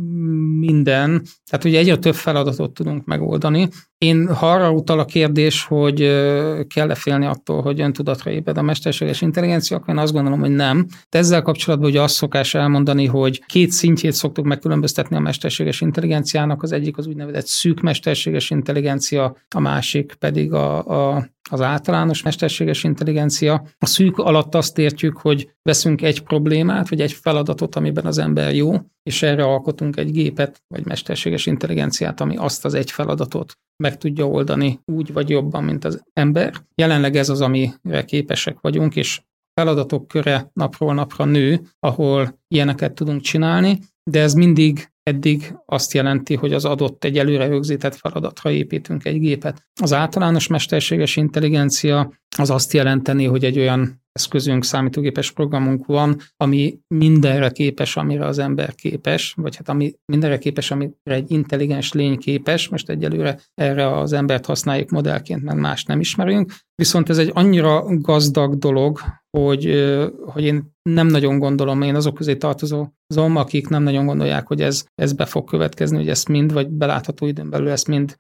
minden, tehát ugye egyre több feladatot tudunk megoldani. Én, ha arra utal a kérdés, hogy kell-e félni attól, hogy öntudatra ébred a mesterséges intelligencia, akkor én azt gondolom, hogy nem. De ezzel kapcsolatban ugye azt szokás elmondani, hogy két szintjét szoktuk megkülönböztetni a mesterséges intelligenciának, az egyik az úgynevezett szűk mesterséges intelligencia, a másik pedig a, a az általános mesterséges intelligencia. A szűk alatt azt értjük, hogy veszünk egy problémát, vagy egy feladatot, amiben az ember jó, és erre alkotunk egy gépet, vagy mesterséges intelligenciát, ami azt az egy feladatot meg tudja oldani úgy, vagy jobban, mint az ember. Jelenleg ez az, amire képesek vagyunk, és feladatok köre napról napra nő, ahol ilyeneket tudunk csinálni, de ez mindig eddig azt jelenti, hogy az adott egy előre rögzített feladatra építünk egy gépet. Az általános mesterséges intelligencia az azt jelenteni, hogy egy olyan eszközünk, számítógépes programunk van, ami mindenre képes, amire az ember képes, vagy hát ami mindenre képes, amire egy intelligens lény képes. Most egyelőre erre az embert használjuk modellként, meg más nem ismerünk. Viszont ez egy annyira gazdag dolog, hogy, hogy én nem nagyon gondolom, én azok közé tartozom, akik nem nagyon gondolják, hogy ez, ez be fog következni, hogy ezt mind, vagy belátható időn belül ezt mind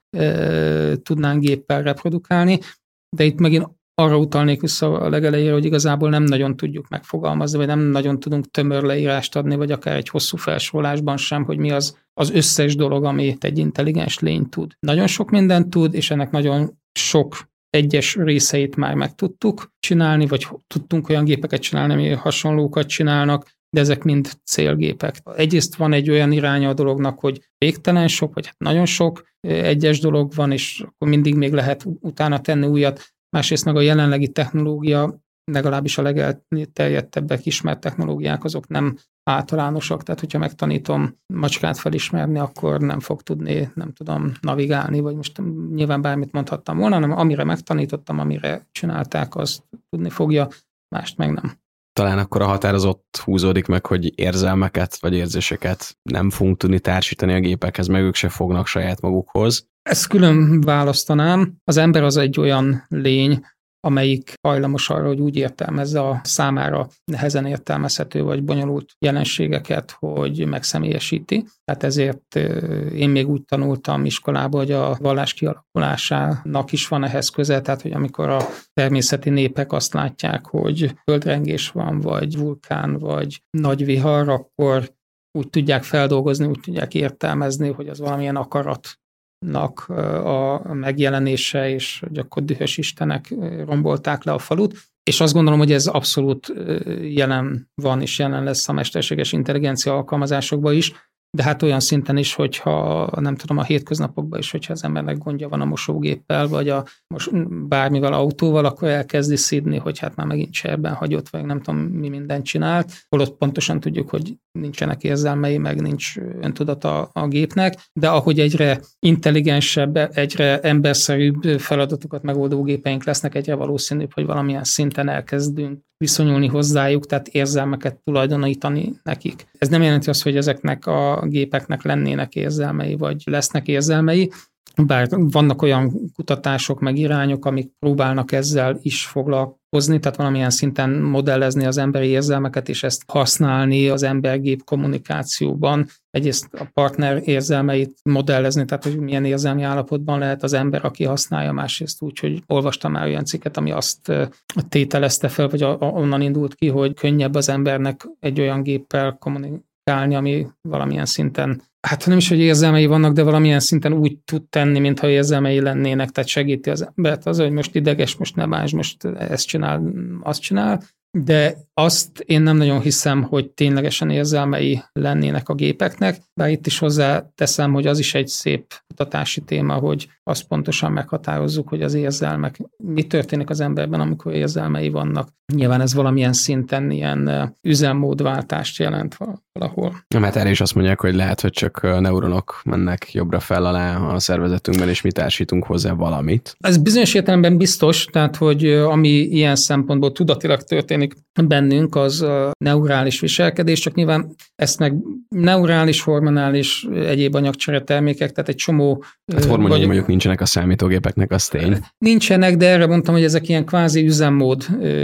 e, tudnánk géppel reprodukálni. De itt megint arra utalnék vissza a legelejére, hogy igazából nem nagyon tudjuk megfogalmazni, vagy nem nagyon tudunk tömör leírást adni, vagy akár egy hosszú felsorolásban sem, hogy mi az az összes dolog, amit egy intelligens lény tud. Nagyon sok mindent tud, és ennek nagyon sok egyes részeit már meg tudtuk csinálni, vagy tudtunk olyan gépeket csinálni, ami hasonlókat csinálnak, de ezek mind célgépek. Egyrészt van egy olyan iránya a dolognak, hogy végtelen sok, vagy hát nagyon sok egyes dolog van, és akkor mindig még lehet utána tenni újat. Másrészt meg a jelenlegi technológia, legalábbis a legelterjedtebbek ismert technológiák, azok nem általánosak, tehát hogyha megtanítom macskát felismerni, akkor nem fog tudni, nem tudom, navigálni, vagy most nyilván bármit mondhattam volna, hanem amire megtanítottam, amire csinálták, azt tudni fogja, mást meg nem. Talán akkor a határ az ott húzódik meg, hogy érzelmeket vagy érzéseket nem fogunk tudni társítani a gépekhez, meg ők se fognak saját magukhoz. Ezt külön választanám. Az ember az egy olyan lény, amelyik hajlamos arra, hogy úgy értelmezze a számára nehezen értelmezhető vagy bonyolult jelenségeket, hogy megszemélyesíti. Tehát ezért én még úgy tanultam iskolában, hogy a vallás kialakulásának is van ehhez köze, tehát hogy amikor a természeti népek azt látják, hogy földrengés van, vagy vulkán, vagy nagy vihar, akkor úgy tudják feldolgozni, úgy tudják értelmezni, hogy az valamilyen akarat a megjelenése, és hogy akkor dühös istenek rombolták le a falut. És azt gondolom, hogy ez abszolút jelen van, és jelen lesz a mesterséges intelligencia alkalmazásokban is. de hát olyan szinten is, hogyha nem tudom, a hétköznapokban is, hogyha az embernek gondja van a mosógéppel, vagy a most bármivel autóval, akkor elkezdi szidni, hogy hát már megint cserben hagyott, vagy nem tudom, mi mindent csinált. Holott pontosan tudjuk, hogy nincsenek érzelmei, meg nincs öntudata a gépnek, de ahogy egyre intelligensebb, egyre emberszerűbb feladatokat megoldó gépeink lesznek, egyre valószínűbb, hogy valamilyen szinten elkezdünk viszonyulni hozzájuk, tehát érzelmeket tulajdonítani nekik. Ez nem jelenti azt, hogy ezeknek a gépeknek lennének érzelmei, vagy lesznek érzelmei, bár vannak olyan kutatások, meg irányok, amik próbálnak ezzel is foglalkozni, tehát valamilyen szinten modellezni az emberi érzelmeket, és ezt használni az ember-gép kommunikációban. Egyrészt a partner érzelmeit modellezni, tehát hogy milyen érzelmi állapotban lehet az ember, aki használja, másrészt úgy, hogy olvastam már olyan cikket, ami azt tételezte fel, vagy onnan indult ki, hogy könnyebb az embernek egy olyan géppel kommunikálni, ami valamilyen szinten, hát nem is, hogy érzelmei vannak, de valamilyen szinten úgy tud tenni, mintha érzelmei lennének, tehát segíti az embert az, hogy most ideges, most ne bánts, most ezt csinál, azt csinál, de azt én nem nagyon hiszem, hogy ténylegesen érzelmei lennének a gépeknek, bár itt is hozzá teszem, hogy az is egy szép kutatási téma, hogy azt pontosan meghatározzuk, hogy az érzelmek, mi történik az emberben, amikor érzelmei vannak. Nyilván ez valamilyen szinten ilyen üzemmódváltást jelent valahol. Mert erre is azt mondják, hogy lehet, hogy csak neuronok mennek jobbra fel alá a szervezetünkben, és mi társítunk hozzá valamit. Ez bizonyos értelemben biztos, tehát hogy ami ilyen szempontból tudatilag történik bennünk, az a neurális viselkedés, csak nyilván ezt meg neurális, hormonális, egyéb anyagcsere termékek, tehát egy csomó... Hát hormonjai vagy, mondjuk nincsenek a számítógépeknek, az tény. Nincsenek, de erre mondtam, hogy ezek ilyen kvázi üzemmód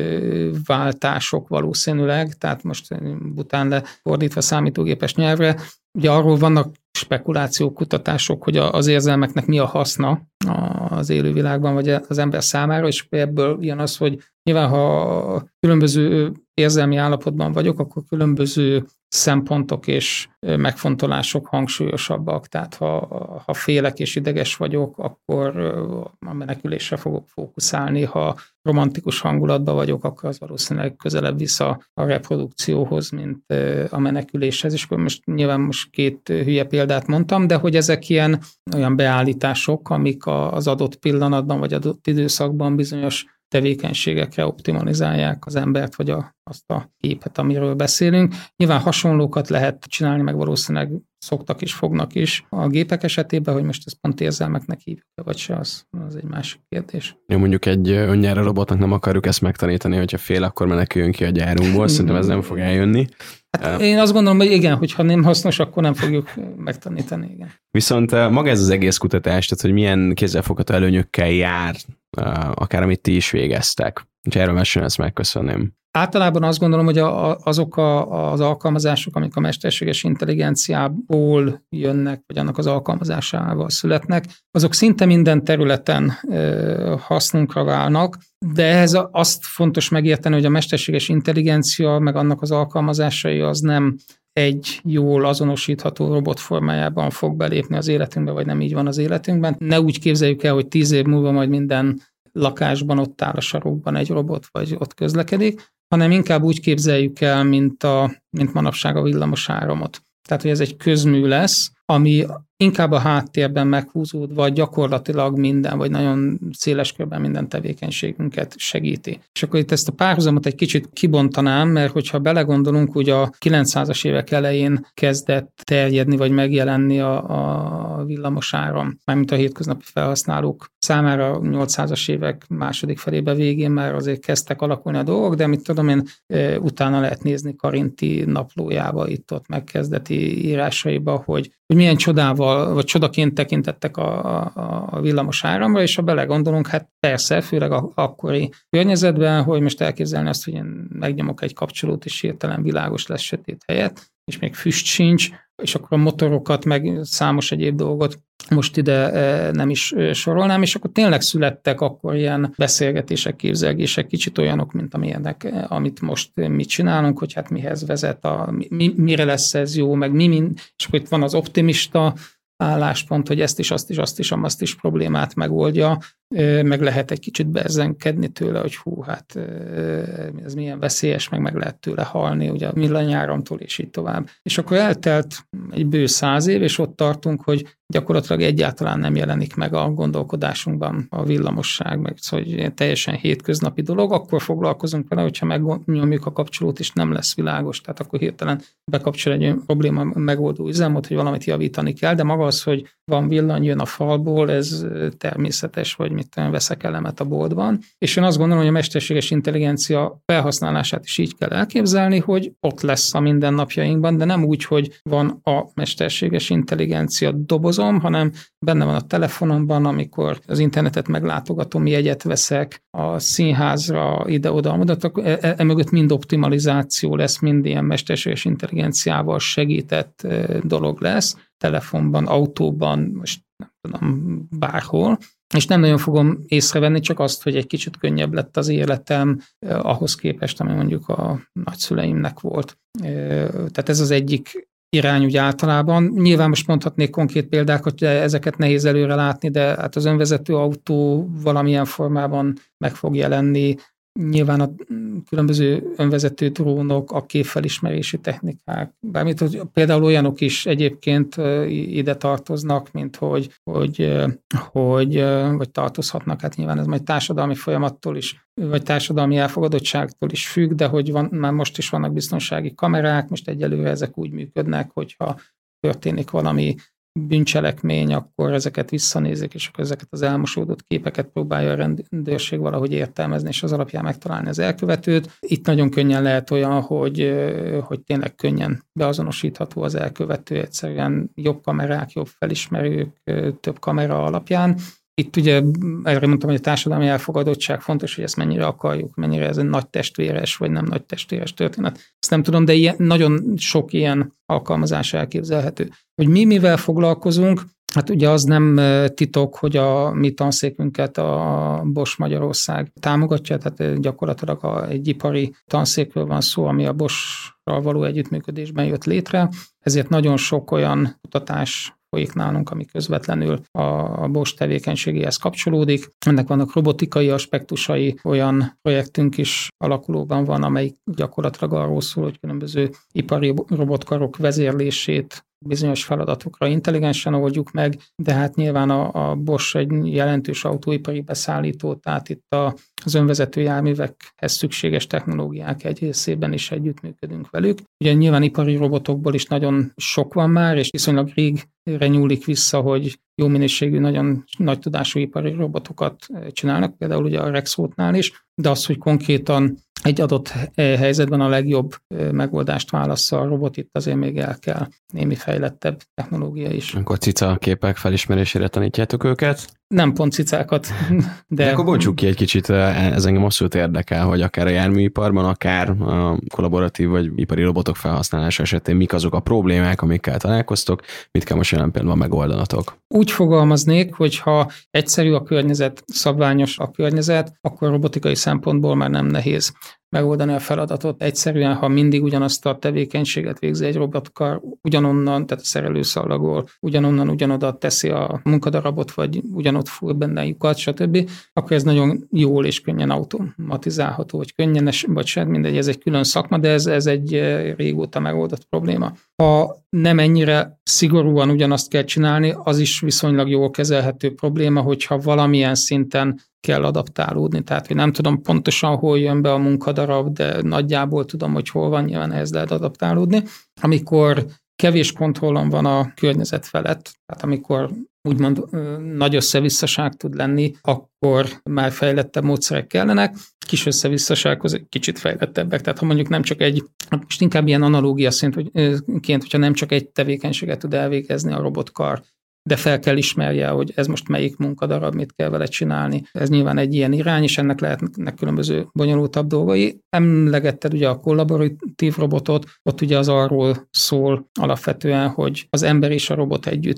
váltások valószínűleg, tehát most bután lefordítva számítógépes nyelvre, ugye arról vannak spekulációk, kutatások, hogy az érzelmeknek mi a haszna az élővilágban, vagy az ember számára, és ebből jön az, hogy nyilván, ha különböző érzelmi állapotban vagyok, akkor különböző szempontok és megfontolások hangsúlyosabbak. Tehát ha, ha félek és ideges vagyok, akkor a menekülésre fogok fókuszálni. Ha romantikus hangulatban vagyok, akkor az valószínűleg közelebb vissza a reprodukcióhoz, mint a meneküléshez. És akkor most nyilván most két hülye példát mondtam, de hogy ezek ilyen olyan beállítások, amik az adott pillanatban vagy adott időszakban bizonyos tevékenységekre optimalizálják az embert, vagy a, azt a képet, amiről beszélünk. Nyilván hasonlókat lehet csinálni, meg valószínűleg szoktak is, fognak is. A gépek esetében, hogy most ezt pont érzelmeknek hívjuk, vagy se, az, az egy másik kérdés. Jó, mondjuk egy önjáró robotnak nem akarjuk ezt megtanítani, hogyha fél, akkor meneküljön ki a gyárunkból, szerintem ez nem fog eljönni. Hát én azt gondolom, hogy igen, hogyha nem hasznos, akkor nem fogjuk megtanítani, igen. Viszont maga ez az egész kutatás, tehát hogy milyen kézzelfogható előnyökkel jár, akár amit ti is végeztek. Úgyhogy erről mesélni, ezt megköszönném. Általában azt gondolom, hogy a, azok a, az alkalmazások, amik a mesterséges intelligenciából jönnek, vagy annak az alkalmazásával születnek, azok szinte minden területen ö, hasznunkra válnak, de ehhez azt fontos megérteni, hogy a mesterséges intelligencia, meg annak az alkalmazásai az nem egy jól azonosítható robot formájában fog belépni az életünkbe, vagy nem így van az életünkben. Ne úgy képzeljük el, hogy tíz év múlva majd minden lakásban ott áll a sarokban egy robot, vagy ott közlekedik, hanem inkább úgy képzeljük el, mint, a, mint manapság a villamos áramot. Tehát, hogy ez egy közmű lesz, ami inkább a háttérben meghúzódva gyakorlatilag minden, vagy nagyon széles körben minden tevékenységünket segíti. És akkor itt ezt a párhuzamot egy kicsit kibontanám, mert hogyha belegondolunk, hogy a kilencszázas évek elején kezdett terjedni, vagy megjelenni a, a villamos áram, mármint a hétköznapi felhasználók számára nyolcszázas évek második felébe végén már azért kezdtek alakulni a dolgok, de mit tudom én, utána lehet nézni Karinti naplójába, itt-ott megkezdeti írásaiba, hogy hogy milyen csodával, vagy csodaként tekintettek a, a, a villamos áramra, és ha belegondolunk, hát persze, főleg a, akkori környezetben, hogy most elképzelni azt, hogy én megnyomok egy kapcsolót, és hirtelen világos lesz sötét helyett, és még füst sincs, és akkor a motorokat, meg számos egyéb dolgot most ide nem is sorolnám, és akkor tényleg születtek akkor ilyen beszélgetések, képzelgések, kicsit olyanok, mint amilyenek, amit most mi csinálunk, hogy hát mihez vezet, a, mi, mire lesz ez jó, meg mi, mi, és akkor itt van az optimista álláspont, hogy ezt is, azt is, azt is, azt is problémát megoldja, meg lehet egy kicsit berzenkedni tőle, hogy hú, hát ez milyen veszélyes, meg meg lehet tőle halni, ugye a villanyáramtól, és így tovább. És akkor eltelt egy bő száz év, és ott tartunk, hogy gyakorlatilag egyáltalán nem jelenik meg a gondolkodásunkban a villamosság, meg szóval hogy teljesen hétköznapi dolog, akkor foglalkozunk vele, hogyha megnyomjuk a kapcsolót, és nem lesz világos, tehát akkor hirtelen bekapcsol egy probléma megoldó üzemmód, hogy valamit javítani kell, de maga az, hogy van villany, jön a falból, ez természetes, vagy mit tudom, veszek elemet a boltban. És én azt gondolom, hogy a mesterséges intelligencia felhasználását is így kell elképzelni, hogy ott lesz a mindennapjainkban, de nem úgy, hogy van a mesterséges intelligencia dobozom, hanem benne van a telefonomban, amikor az internetet meglátogatom, jegyet veszek, a színházra ide-oda, oda, e, e mögött mind optimalizáció lesz, mind ilyen mesterséges intelligenciával segített dolog lesz, telefonban, autóban, most nem tudom, bárhol, és nem nagyon fogom észrevenni, csak azt, hogy egy kicsit könnyebb lett az életem eh, ahhoz képest, ami mondjuk a nagyszüleimnek volt. Eh, tehát ez az egyik irány úgy általában. Nyilván most mondhatnék konkrét példákat, de ezeket nehéz előre látni, de hát az önvezető autó valamilyen formában meg fog jelenni. Nyilván a különböző önvezető drónok, a képfelismerési technikák, bármit, hogy például olyanok is egyébként ide tartoznak, mint hogy, hogy, hogy vagy tartozhatnak, hát nyilván ez majd társadalmi folyamattól is, vagy társadalmi elfogadottságtól is függ, de hogy van, már most is vannak biztonsági kamerák, most egyelőre ezek úgy működnek, hogyha történik valami bűncselekmény, akkor ezeket visszanézik, és akkor ezeket az elmosódott képeket próbálja a rendőrség valahogy értelmezni, és az alapján megtalálni az elkövetőt. Itt nagyon könnyen lehet olyan, hogy, hogy tényleg könnyen beazonosítható az elkövető, egyszerűen jobb kamerák, jobb felismerők, több kamera alapján. Itt ugye erre mondtam, hogy a társadalmi elfogadottság fontos, hogy ezt mennyire akarjuk, mennyire ez egy nagy testvéres, vagy nem nagy testvéres történet. Ezt nem tudom, de ilyen, nagyon sok ilyen alkalmazás elképzelhető. Hogy mi mivel foglalkozunk, hát ugye az nem titok, hogy a mi tanszékünket a Bosch Magyarország támogatja, tehát gyakorlatilag a, egy ipari tanszékről van szó, ami a Bosch-ral való együttműködésben jött létre, ezért nagyon sok olyan kutatás folyik nálunk, ami közvetlenül a Bosch tevékenységéhez kapcsolódik. Ennek vannak robotikai aspektusai, olyan projektünk is alakulóban van, amelyik gyakorlatilag arról szól, hogy különböző ipari robotkarok vezérlését bizonyos feladatokra intelligensen oldjuk meg, de hát nyilván a, a Bosch egy jelentős autóipari beszállító, tehát itt a, az önvezető járművekhez szükséges technológiák egy részében is együttműködünk velük. Ugye nyilván ipari robotokból is nagyon sok van már, és viszonylag régre nyúlik vissza, hogy jó minőségű, nagyon nagy tudású ipari robotokat csinálnak, például ugye a Rexroth-nál is, de az, hogy konkrétan egy adott helyzetben a legjobb megoldást válassza a robot, itt azért még el kell némi fejlettebb technológia is. Akkor cica képek felismerésére tanítjátok őket? Nem pont cicákat, de... de akkor bontsuk ki egy kicsit, ez engem abszolút érdekel, hogy akár a járműiparban, akár a kollaboratív vagy ipari robotok felhasználása esetén mik azok a problémák, amikkel találkoztok, mit kell most jelen pillanatban megoldanatok. Úgy fogalmaznék, hogy ha egyszerű a környezet, szabványos a környezet, akkor robotikai szempontból már nem nehéz megoldani a feladatot. Egyszerűen, ha mindig ugyanazt a tevékenységet végzi egy robotkar, ugyanonnan, tehát a szerelőszalagol, ugyanonnan ugyanoda teszi a munkadarabot, vagy ugyanott fúr benne lyukat, stb., akkor ez nagyon jól és könnyen automatizálható, vagy könnyen, vagy sem, mindegy, ez egy külön szakma, de ez, ez egy régóta megoldott probléma. Ha nem ennyire szigorúan ugyanazt kell csinálni, az is viszonylag jól kezelhető probléma, hogyha valamilyen szinten kell adaptálódni. Tehát, hogy nem tudom pontosan, hol jön be a munkadarab, de nagyjából tudom, hogy hol van, nyilván ehhez lehet adaptálódni. Amikor kevés kontrollon van a környezet felett, tehát amikor úgymond nagy összevisszaság tud lenni, akkor már fejlettebb módszerek kellenek, kis összevisszasághoz kicsit fejlettebbek. Tehát ha mondjuk nem csak egy, most inkább ilyen analógia szintként, hogyha nem csak egy tevékenységet tud elvégezni a robotkar, de fel kell ismerje, hogy ez most melyik munkadarab, mit kell vele csinálni. Ez nyilván egy ilyen irány, és ennek lehetnek különböző bonyolultabb dolgai. Emlegetted ugye a kollaboratív robotot, ott ugye az arról szól alapvetően, hogy az ember és a robot együtt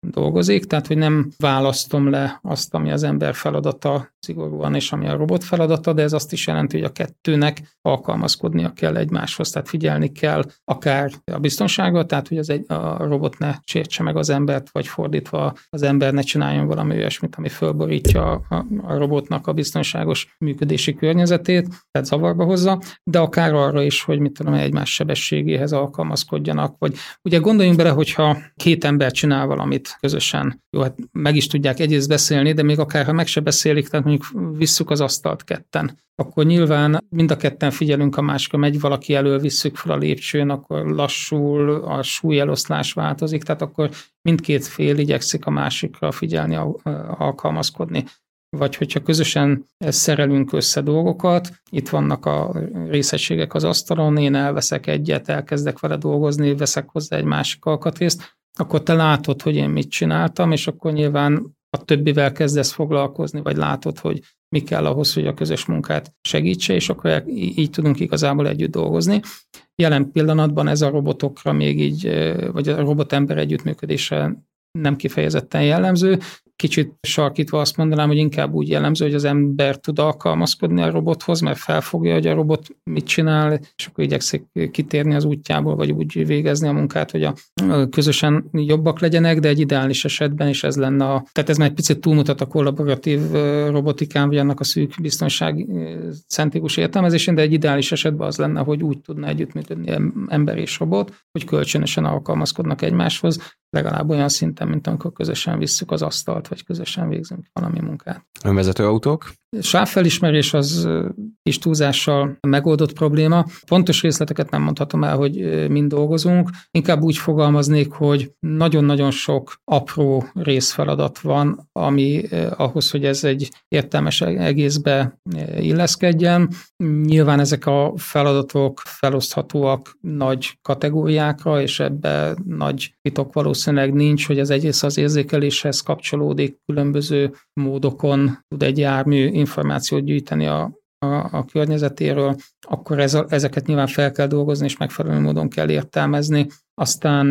dolgozik, tehát hogy nem választom le azt, ami az ember feladata szigorúan, és ami a robot feladata, de ez azt is jelenti, hogy a kettőnek alkalmazkodnia kell egymáshoz, tehát figyelni kell akár a biztonságra, tehát hogy az egy, a robot ne sértse meg az embert, vagy fordítva az ember ne csináljon valami olyasmit, ami fölborítja a, a robotnak a biztonságos működési környezetét, tehát zavarba hozza, de akár arra is, hogy mit tudom, egymás sebességéhez alkalmazkodjanak, vagy ugye gondoljunk bele, hogyha két ember csinál valamit közösen, jó, hát meg is tudják egyrészt beszélni, de még akár ha meg se beszélik, tehát mondjuk visszük az asztalt ketten, akkor nyilván mind a ketten figyelünk a másikra, megy valaki elől, visszük fel a lépcsőn, akkor lassul, a súlyeloszlás változik, tehát akkor mindkét fél igyekszik a másikra figyelni, alkalmazkodni. Vagy hogyha közösen szerelünk össze dolgokat, itt vannak a részegységek az asztalon, én elveszek egyet, elkezdek vele dolgozni, veszek hozzá egy másik alkatrészt, akkor te látod, hogy én mit csináltam, és akkor nyilván a többivel kezdesz foglalkozni, vagy látod, hogy mi kell ahhoz, hogy a közös munkát segítse, és akkor így tudunk igazából együtt dolgozni. Jelen pillanatban ez a robotokra még így, vagy a robot-ember együttműködésre nem kifejezetten jellemző. Kicsit sarkítva azt mondanám, hogy inkább úgy jellemző, hogy az ember tud alkalmazkodni a robothoz, mert felfogja, hogy a robot mit csinál, és akkor igyekszik kitérni az útjából, vagy úgy végezni a munkát, hogy a közösen jobbak legyenek, de egy ideális esetben is ez lenne a... Tehát ez már egy picit túlmutat a kollaboratív robotikán, vagy annak a szűk biztonságcentrikus értelmezésén, de egy ideális esetben az lenne, hogy úgy tudna együttműködni ember és robot, hogy kölcsönösen alkalmazkodnak egymáshoz, legalább olyan szinten, mint amikor közösen visszük az asztalt, vagy közösen végzünk valami munkát. Önvezető autók? Sávfelismerés az kis túlzással megoldott probléma. Pontos részleteket nem mondhatom el, hogy mind dolgozunk. Inkább úgy fogalmaznék, hogy nagyon-nagyon sok apró részfeladat van, ami ahhoz, hogy ez egy értelmes egészbe illeszkedjen. Nyilván ezek a feladatok feloszthatóak nagy kategóriákra, és ebbe nagy titok valószínűleg nincs, hogy ez egyrészt az érzékeléshez kapcsolódik, különböző módokon tud egy jármű információt gyűjteni a, a, a környezetéről, akkor ez a, ezeket nyilván fel kell dolgozni, és megfelelő módon kell értelmezni. Aztán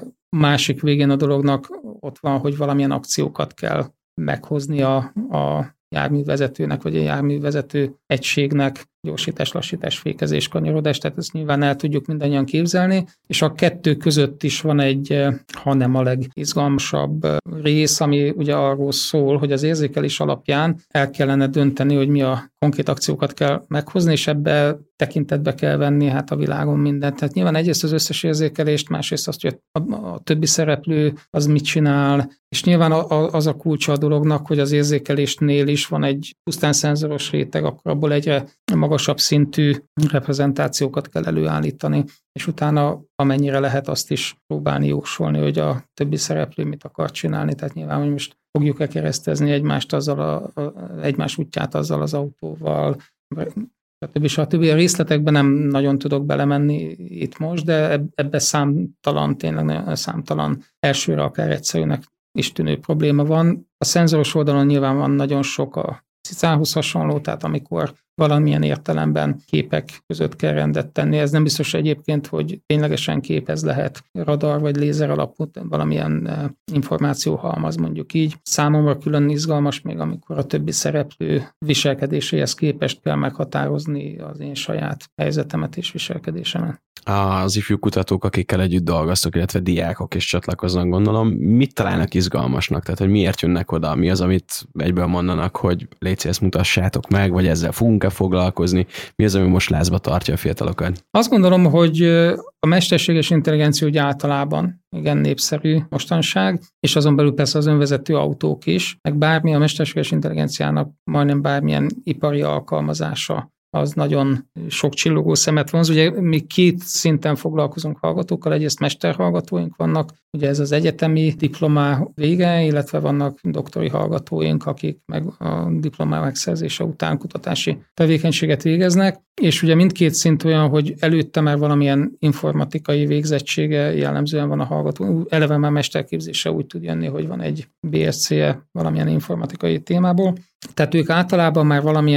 másik végén a dolognak ott van, hogy valamilyen akciókat kell meghozni a, a járművezetőnek, vagy a járművezető egységnek, gyorsítás, lassítás, fékezés, kanyarodás, tehát ezt nyilván el tudjuk mindannyian képzelni, és a kettő között is van egy, ha nem a legizgalmasabb rész, ami ugye arról szól, hogy az érzékelés alapján el kellene dönteni, hogy mi a konkrét akciókat kell meghozni, és ebbe tekintetbe kell venni hát a világon mindent. Tehát nyilván egyrészt az összes érzékelést, másrészt azt, hogy a, a többi szereplő az mit csinál, és nyilván az a kulcsa a dolognak, hogy az érzékelésnél is van egy pusztán szenzoros réteg, akkor abból egyre magasabb szintű reprezentációkat kell előállítani, és utána amennyire lehet azt is próbálni jósolni, hogy a többi szereplő mit akar csinálni. Tehát nyilván, hogy most fogjuk-e keresztezni egymást azzal a, a, egymás útját azzal az autóval, stb. stb. A részletekben nem nagyon tudok belemenni itt most, de ebbe számtalan, tényleg nagyon számtalan elsőre akár egyszerűnek is tűnő probléma van. A szenzoros oldalon nyilván van nagyon sok a cicához hasonló, tehát amikor valamilyen értelemben képek között kell rendet tenni. Ez nem biztos egyébként, hogy ténylegesen kép, ez lehet radar vagy lézer alapú valamilyen információhalmaz, mondjuk így. Számomra külön izgalmas még, amikor a többi szereplő viselkedéséhez képest kell meghatározni az én saját helyzetemet és viselkedésemet. Az ifjú kutatók, akikkel együtt dolgoztok, illetve diákok is csatlakoznak, gondolom, mit találnak izgalmasnak? Tehát, hogy miért jönnek oda? Mi az, amit egyből mondanak, hogy légy szíves, mutassátok meg, vagy ezzel fogunk-e foglalkozni? Mi az, ami most lázba tartja a fiatalokat? Azt gondolom, hogy a mesterséges intelligencia úgy általában igen népszerű mostanság, és azon belül persze az önvezető autók is, meg bármi a mesterséges intelligenciának majdnem bármilyen ipari alkalmazása az nagyon sok csillogó szemet vonz. Ugye mi két szinten foglalkozunk hallgatókkal, egyrészt mesterhallgatóink vannak, ugye ez az egyetemi diplomá vége, illetve vannak doktori hallgatóink, akik meg a diplomá megszerzése után kutatási tevékenységet végeznek, és ugye mindkét szint olyan, hogy előtte már valamilyen informatikai végzettsége jellemzően van a hallgató, eleve már mesterképzése úgy tud jönni, hogy van egy bé es cé-je valamilyen informatikai témából. Tehát ők általában már valamilyen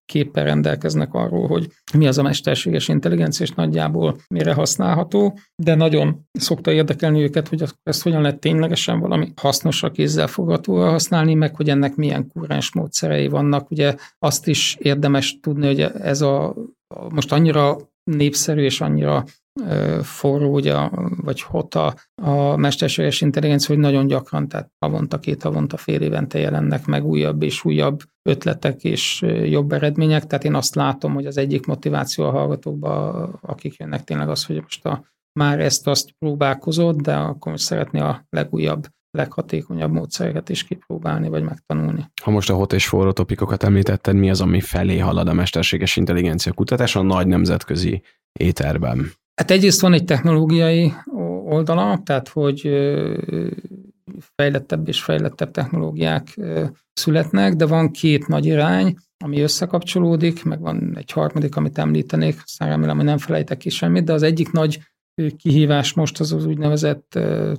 képpel rendelkeznek arról, hogy mi az a mesterséges intelligencia, és nagyjából mire használható, de nagyon szokta érdekelni őket, hogy ezt hogyan lehet ténylegesen valami hasznosra, kézzelfoghatóra használni, meg hogy ennek milyen kúrens módszerei vannak. Ugye azt is érdemes tudni, hogy ez a most annyira népszerű és annyira forró, ugye, vagy hot a, a mesterséges intelligencia, hogy nagyon gyakran, tehát havonta, két havonta, fél évente jelennek meg újabb és újabb ötletek és jobb eredmények. Tehát én azt látom, hogy az egyik motiváció a hallgatókban, akik jönnek, tényleg az, hogy most a, már ezt-azt próbálkozott, de akkor most szeretné a legújabb, leghatékonyabb módszereket is kipróbálni, vagy megtanulni. Ha most a hot és forró topikokat említetted, mi az, ami felé halad a mesterséges intelligencia kutatás a nagy nemzetközi éterben? Hát egyrészt van egy technológiai oldala, tehát hogy fejlettebb és fejlettebb technológiák születnek, de van két nagy irány, ami összekapcsolódik, meg van egy harmadik, amit említenék, aztán remélem, hogy nem felejtek ki semmit, de az egyik nagy kihívás most az az úgynevezett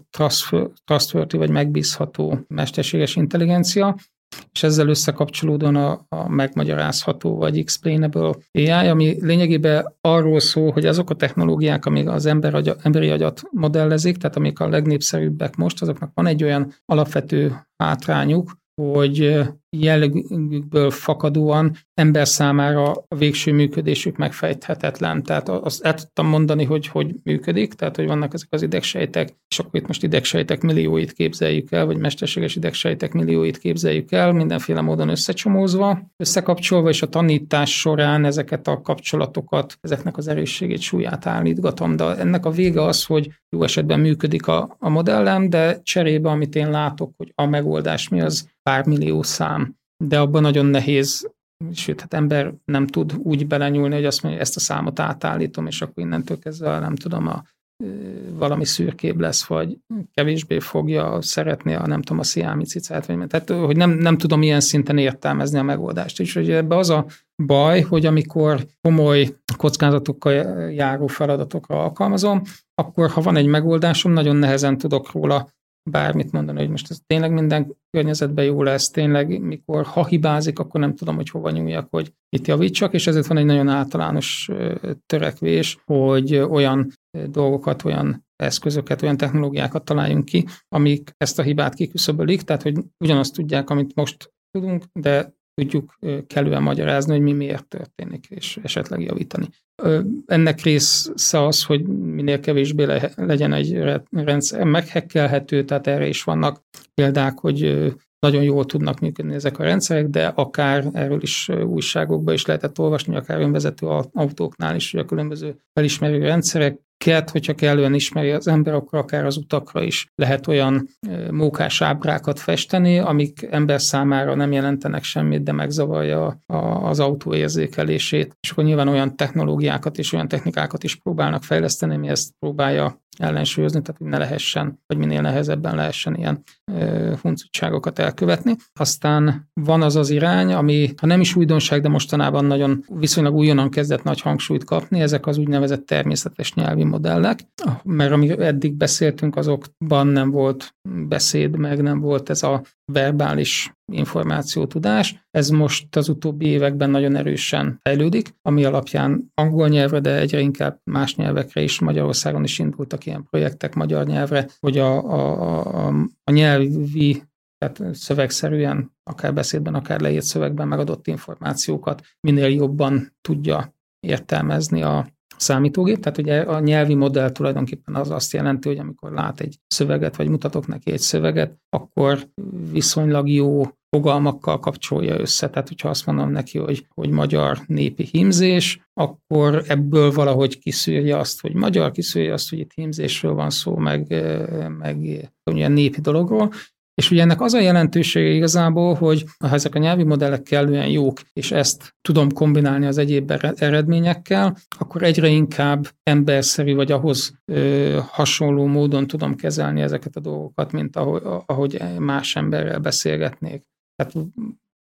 trustworthy vagy megbízható mesterséges intelligencia, és ezzel összekapcsolódóan a, a megmagyarázható vagy explainable á i, ami lényegében arról szól, hogy azok a technológiák, amik az ember agya, emberi agyat modellezik, tehát amik a legnépszerűbbek most, azoknak van egy olyan alapvető hátrányuk, hogy jellegükből fakadóan ember számára a végső működésük megfejthetetlen. Tehát azt el tudtam mondani, hogy hogy működik, tehát hogy vannak ezek az idegsejtek, és akkor itt most idegsejtek millióit képzeljük el, vagy mesterséges idegsejtek millióit képzeljük el, mindenféle módon összecsomózva, összekapcsolva, és a tanítás során ezeket a kapcsolatokat, ezeknek az erősségét, súlyát állítgatom. De ennek a vége az, hogy jó esetben működik a, a modellem, de cserébe, amit én látok, hogy a megoldás mi, az pár millió szám, de abban nagyon nehéz, sőt, hát ember nem tud úgy belenyúlni, hogy azt mondja, hogy ezt a számot átállítom, és akkor innentől kezdve nem tudom, a, valami szürkébb lesz, vagy kevésbé fogja szeretni a nem tudom, a sziámi cicát, vagy tehát, hogy nem, nem tudom ilyen szinten értelmezni a megoldást. És hogy ebbe az a baj, hogy amikor komoly kockázatokkal járó feladatokra alkalmazom, akkor ha van egy megoldásom, nagyon nehezen tudok róla bármit mondani, hogy most ez tényleg minden környezetben jó lesz, tényleg mikor, ha hibázik, akkor nem tudom, hogy hova nyúljak, hogy itt javítsak, és ezért van egy nagyon általános törekvés, hogy olyan dolgokat, olyan eszközöket, olyan technológiákat találjunk ki, amik ezt a hibát kiküszöbölik, tehát hogy ugyanazt tudják, amit most tudunk, de tudjuk kellően magyarázni, hogy mi miért történik, és esetleg javítani. Ennek része az, hogy minél kevésbé le, legyen egy rendszer meghekkelhető, tehát erre is vannak példák, hogy nagyon jól tudnak működni ezek a rendszerek, de akár erről is újságokban is lehetett olvasni, akár önvezető autóknál is, hogy a különböző felismerő rendszereket, hogyha kellően ismeri az ember, akkor akár az utakra is lehet olyan mókás ábrákat festeni, amik ember számára nem jelentenek semmit, de megzavarja az autó érzékelését. És akkor nyilván olyan technológiákat és olyan technikákat is próbálnak fejleszteni, ami ezt próbálja ellensúlyozni, tehát hogy ne lehessen, vagy minél nehezebben lehessen ilyen huncutságokat elkövetni. Aztán van az az irány, ami ha nem is újdonság, de mostanában nagyon viszonylag újonnan kezdett nagy hangsúlyt kapni, ezek az úgynevezett természetes nyelvi modellek, mert amíg eddig beszéltünk, azokban nem volt beszéd, meg nem volt ez a verbális információtudás. Ez most az utóbbi években nagyon erősen fejlődik, ami alapján angol nyelvre, de egyre inkább más nyelvekre is, Magyarországon is indultak ilyen projektek magyar nyelvre, hogy a, a, a, a nyelvi, tehát szövegszerűen, akár beszédben, akár leírt szövegben megadott információkat minél jobban tudja értelmezni a számítógép, tehát ugye a nyelvi modell tulajdonképpen az azt jelenti, hogy amikor lát egy szöveget, vagy mutatok neki egy szöveget, akkor viszonylag jó fogalmakkal kapcsolja össze. Tehát, hogyha azt mondom neki, hogy, hogy magyar népi hímzés, akkor ebből valahogy kiszűrje azt, hogy magyar, kiszűrje azt, hogy itt hímzésről van szó, meg, meg ilyen népi dologról. És ugye ennek az a jelentősége igazából, hogy ha ezek a nyelvi modellek kellően jók, és ezt tudom kombinálni az egyéb eredményekkel, akkor egyre inkább emberszerű, vagy ahhoz ö, hasonló módon tudom kezelni ezeket a dolgokat, mint ahogy, ahogy más emberrel beszélgetnék. Tehát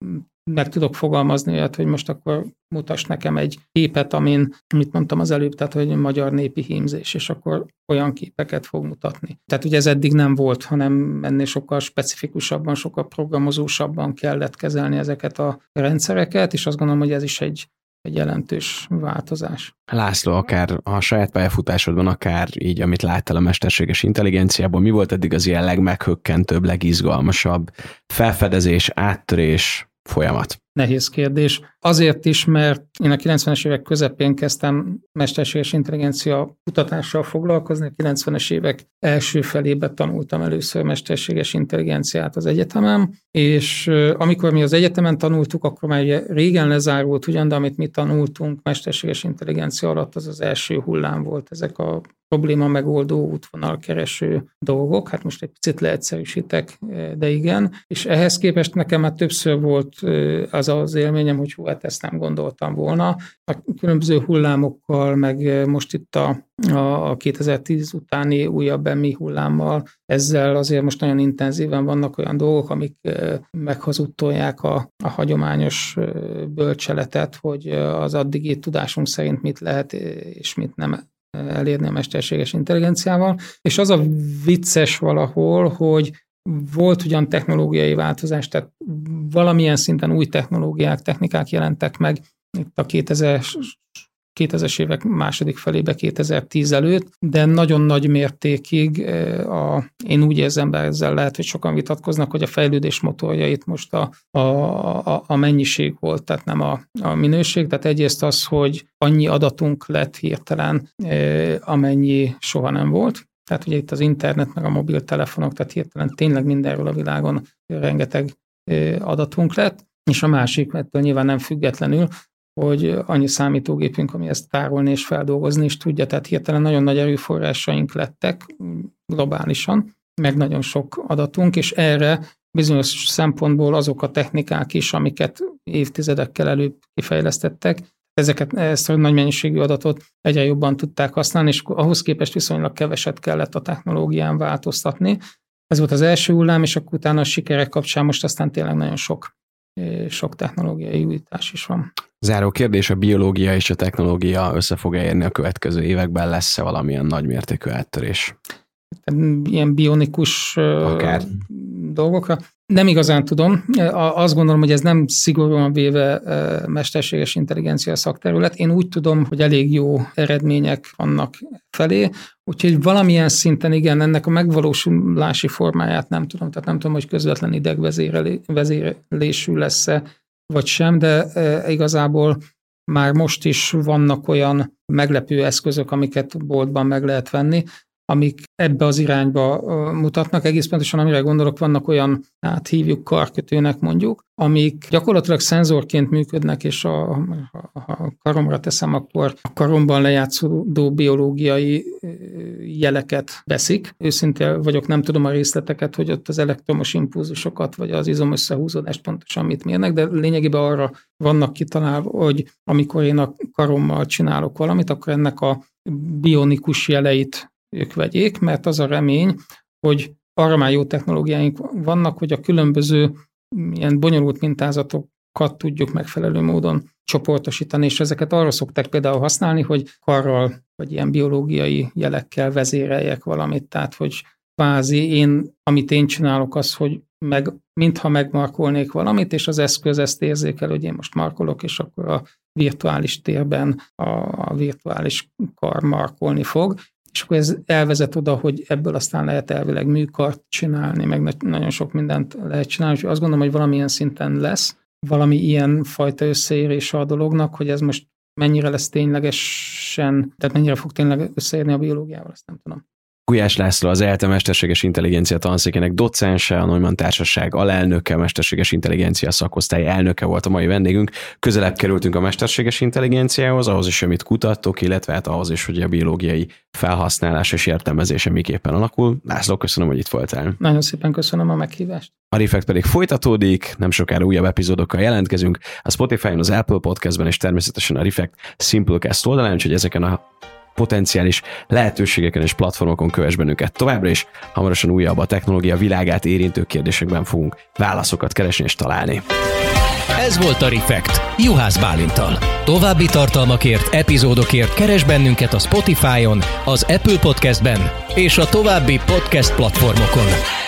meg tudok fogalmazni olyat, hogy most akkor mutass nekem egy képet, amin, amit mondtam az előbb, tehát hogy magyar népi hímzés, és akkor olyan képeket fog mutatni. Tehát ugye ez eddig nem volt, hanem ennél sokkal specifikusabban, sokkal programozósabban kellett kezelni ezeket a rendszereket, és azt gondolom, hogy ez is egy egy jelentős változás. László, akár a saját pályafutásodban, akár így, amit láttál a mesterséges intelligenciából, mi volt eddig az ilyen legmeghökkentőbb, legizgalmasabb felfedezés, áttörés, folyamat? Nehéz kérdés. Azért is, mert én a kilencvenes évek közepén kezdtem mesterséges intelligencia kutatással foglalkozni. A kilencvenes évek első felében tanultam először mesterséges intelligenciát az egyetemen, és amikor mi az egyetemen tanultuk, akkor már ugye régen lezárult ugyan, de amit mi tanultunk mesterséges intelligencia alatt, az az első hullám volt. Ezek a probléma megoldó, útvonalkereső dolgok. Hát most egy picit leegyszerűsítek, de igen. És ehhez képest nekem már többször volt az az élményem, hogy hú, hát ezt nem gondoltam volna. A különböző hullámokkal, meg most itt a, a kétezer-tíz utáni újabb emmi hullámmal, ezzel azért most nagyon intenzíven vannak olyan dolgok, amik meghazudtolják a, a hagyományos bölcseletet, hogy az addigi tudásunk szerint mit lehet és mit nem elérni a mesterséges intelligenciával. És az a vicces valahol, hogy volt ugyan technológiai változás, tehát valamilyen szinten új technológiák, technikák jelentek meg itt a kétezres, kétezres évek második felébe, kétezer-tíz előtt, de nagyon nagy mértékig a, én úgy érzem, be ezzel lehet, hogy sokan vitatkoznak, hogy a fejlődés motorja itt most a, a, a, a mennyiség volt, tehát nem a, a minőség. Tehát egyrészt az, hogy annyi adatunk lett hirtelen, amennyi soha nem volt. Tehát ugye itt az internet, meg a mobiltelefonok, tehát hirtelen tényleg mindenről a világon rengeteg adatunk lett, és a másik, mert nyilván nem függetlenül, hogy annyi számítógépünk, ami ezt tárolni és feldolgozni is tudja, tehát hirtelen nagyon nagy erőforrásaink lettek globálisan, meg nagyon sok adatunk, és erre bizonyos szempontból azok a technikák is, amiket évtizedekkel előbb kifejlesztettek, ezeket, ezt a nagy mennyiségű adatot egyre jobban tudták használni, és ahhoz képest viszonylag keveset kellett a technológián változtatni. Ez volt az első hullám, és akkor utána a sikerek kapcsán most aztán tényleg nagyon sok, sok technológiai újítás is van. Záró kérdés, a biológia és a technológia össze fog érni a következő években, lesz-e valamilyen nagymértékű áttörés? Ilyen bionikus Akár. dolgokra. Nem igazán tudom. Azt gondolom, hogy ez nem szigorúan véve mesterséges intelligencia szakterület. Én úgy tudom, hogy elég jó eredmények vannak felé, úgyhogy valamilyen szinten igen, ennek a megvalósulási formáját nem tudom, tehát nem tudom, hogy közvetlen idegvezérlésű lesz-e, vagy sem, de igazából már most is vannak olyan meglepő eszközök, amiket boltban meg lehet venni, amik ebbe az irányba mutatnak. Egész pontosan, amire gondolok, vannak olyan, hát hívjuk karkötőnek mondjuk, amik gyakorlatilag szenzorként működnek, és a, ha karomra teszem, akkor a karomban lejátszódó biológiai jeleket veszik. Őszintén vagyok, nem tudom a részleteket, hogy ott az elektromos impulzusokat, vagy az izomösszehúzódást pontosan mit mérnek, de lényegében arra vannak kitalálva, hogy amikor én a karommal csinálok valamit, akkor ennek a bionikus jeleit ők vegyék, mert az a remény, hogy arra már jó technológiáink vannak, hogy a különböző ilyen bonyolult mintázatokat tudjuk megfelelő módon csoportosítani, és ezeket arra szokták például használni, hogy karral vagy ilyen biológiai jelekkel vezéreljek valamit, tehát hogy kvázi én, amit én csinálok, az, hogy meg, mintha megmarkolnék valamit, és az eszköz ezt érzékel, hogy én most markolok, és akkor a virtuális térben a, a virtuális kar markolni fog, és akkor ez elvezet oda, hogy ebből aztán lehet elvileg műkart csinálni, meg nagyon sok mindent lehet csinálni, és azt gondolom, hogy valamilyen szinten lesz valami ilyen fajta összeérése a dolognak, hogy ez most mennyire lesz ténylegesen, tehát mennyire fog tényleg összeérni a biológiával, azt nem tudom. Gulyás László, az e el té Mesterséges Intelligencia tanszékének docense, a Neumann Társaság alelnöke, Mesterséges Intelligencia szakosztály elnöke volt a mai vendégünk. Közelebb kerültünk a mesterséges intelligenciához, ahhoz is, amit kutattok, illetve hát ahhoz is, hogy a biológiai felhasználás és értelmezése miképpen alakul. László, köszönöm, hogy itt voltál. Nagyon szépen köszönöm a meghívást. A Refekt pedig folytatódik, nem sokára újabb epizódokkal jelentkezünk, a Spotify-on, az Apple Podcastben és természetesen a Refekt Simplecast oldalán, úgyhogy ezeken a potenciális lehetőségeken és platformokon kövess bennünket továbbra is. Hamarosan újabb a technológia világát érintő kérdésekben fogunk válaszokat keresni és találni. Ez volt a Refekt, Juhász Bálinttal. További tartalmakért, epizódokért keresd bennünket a Spotify-on, az Apple Podcastben és a további podcast platformokon.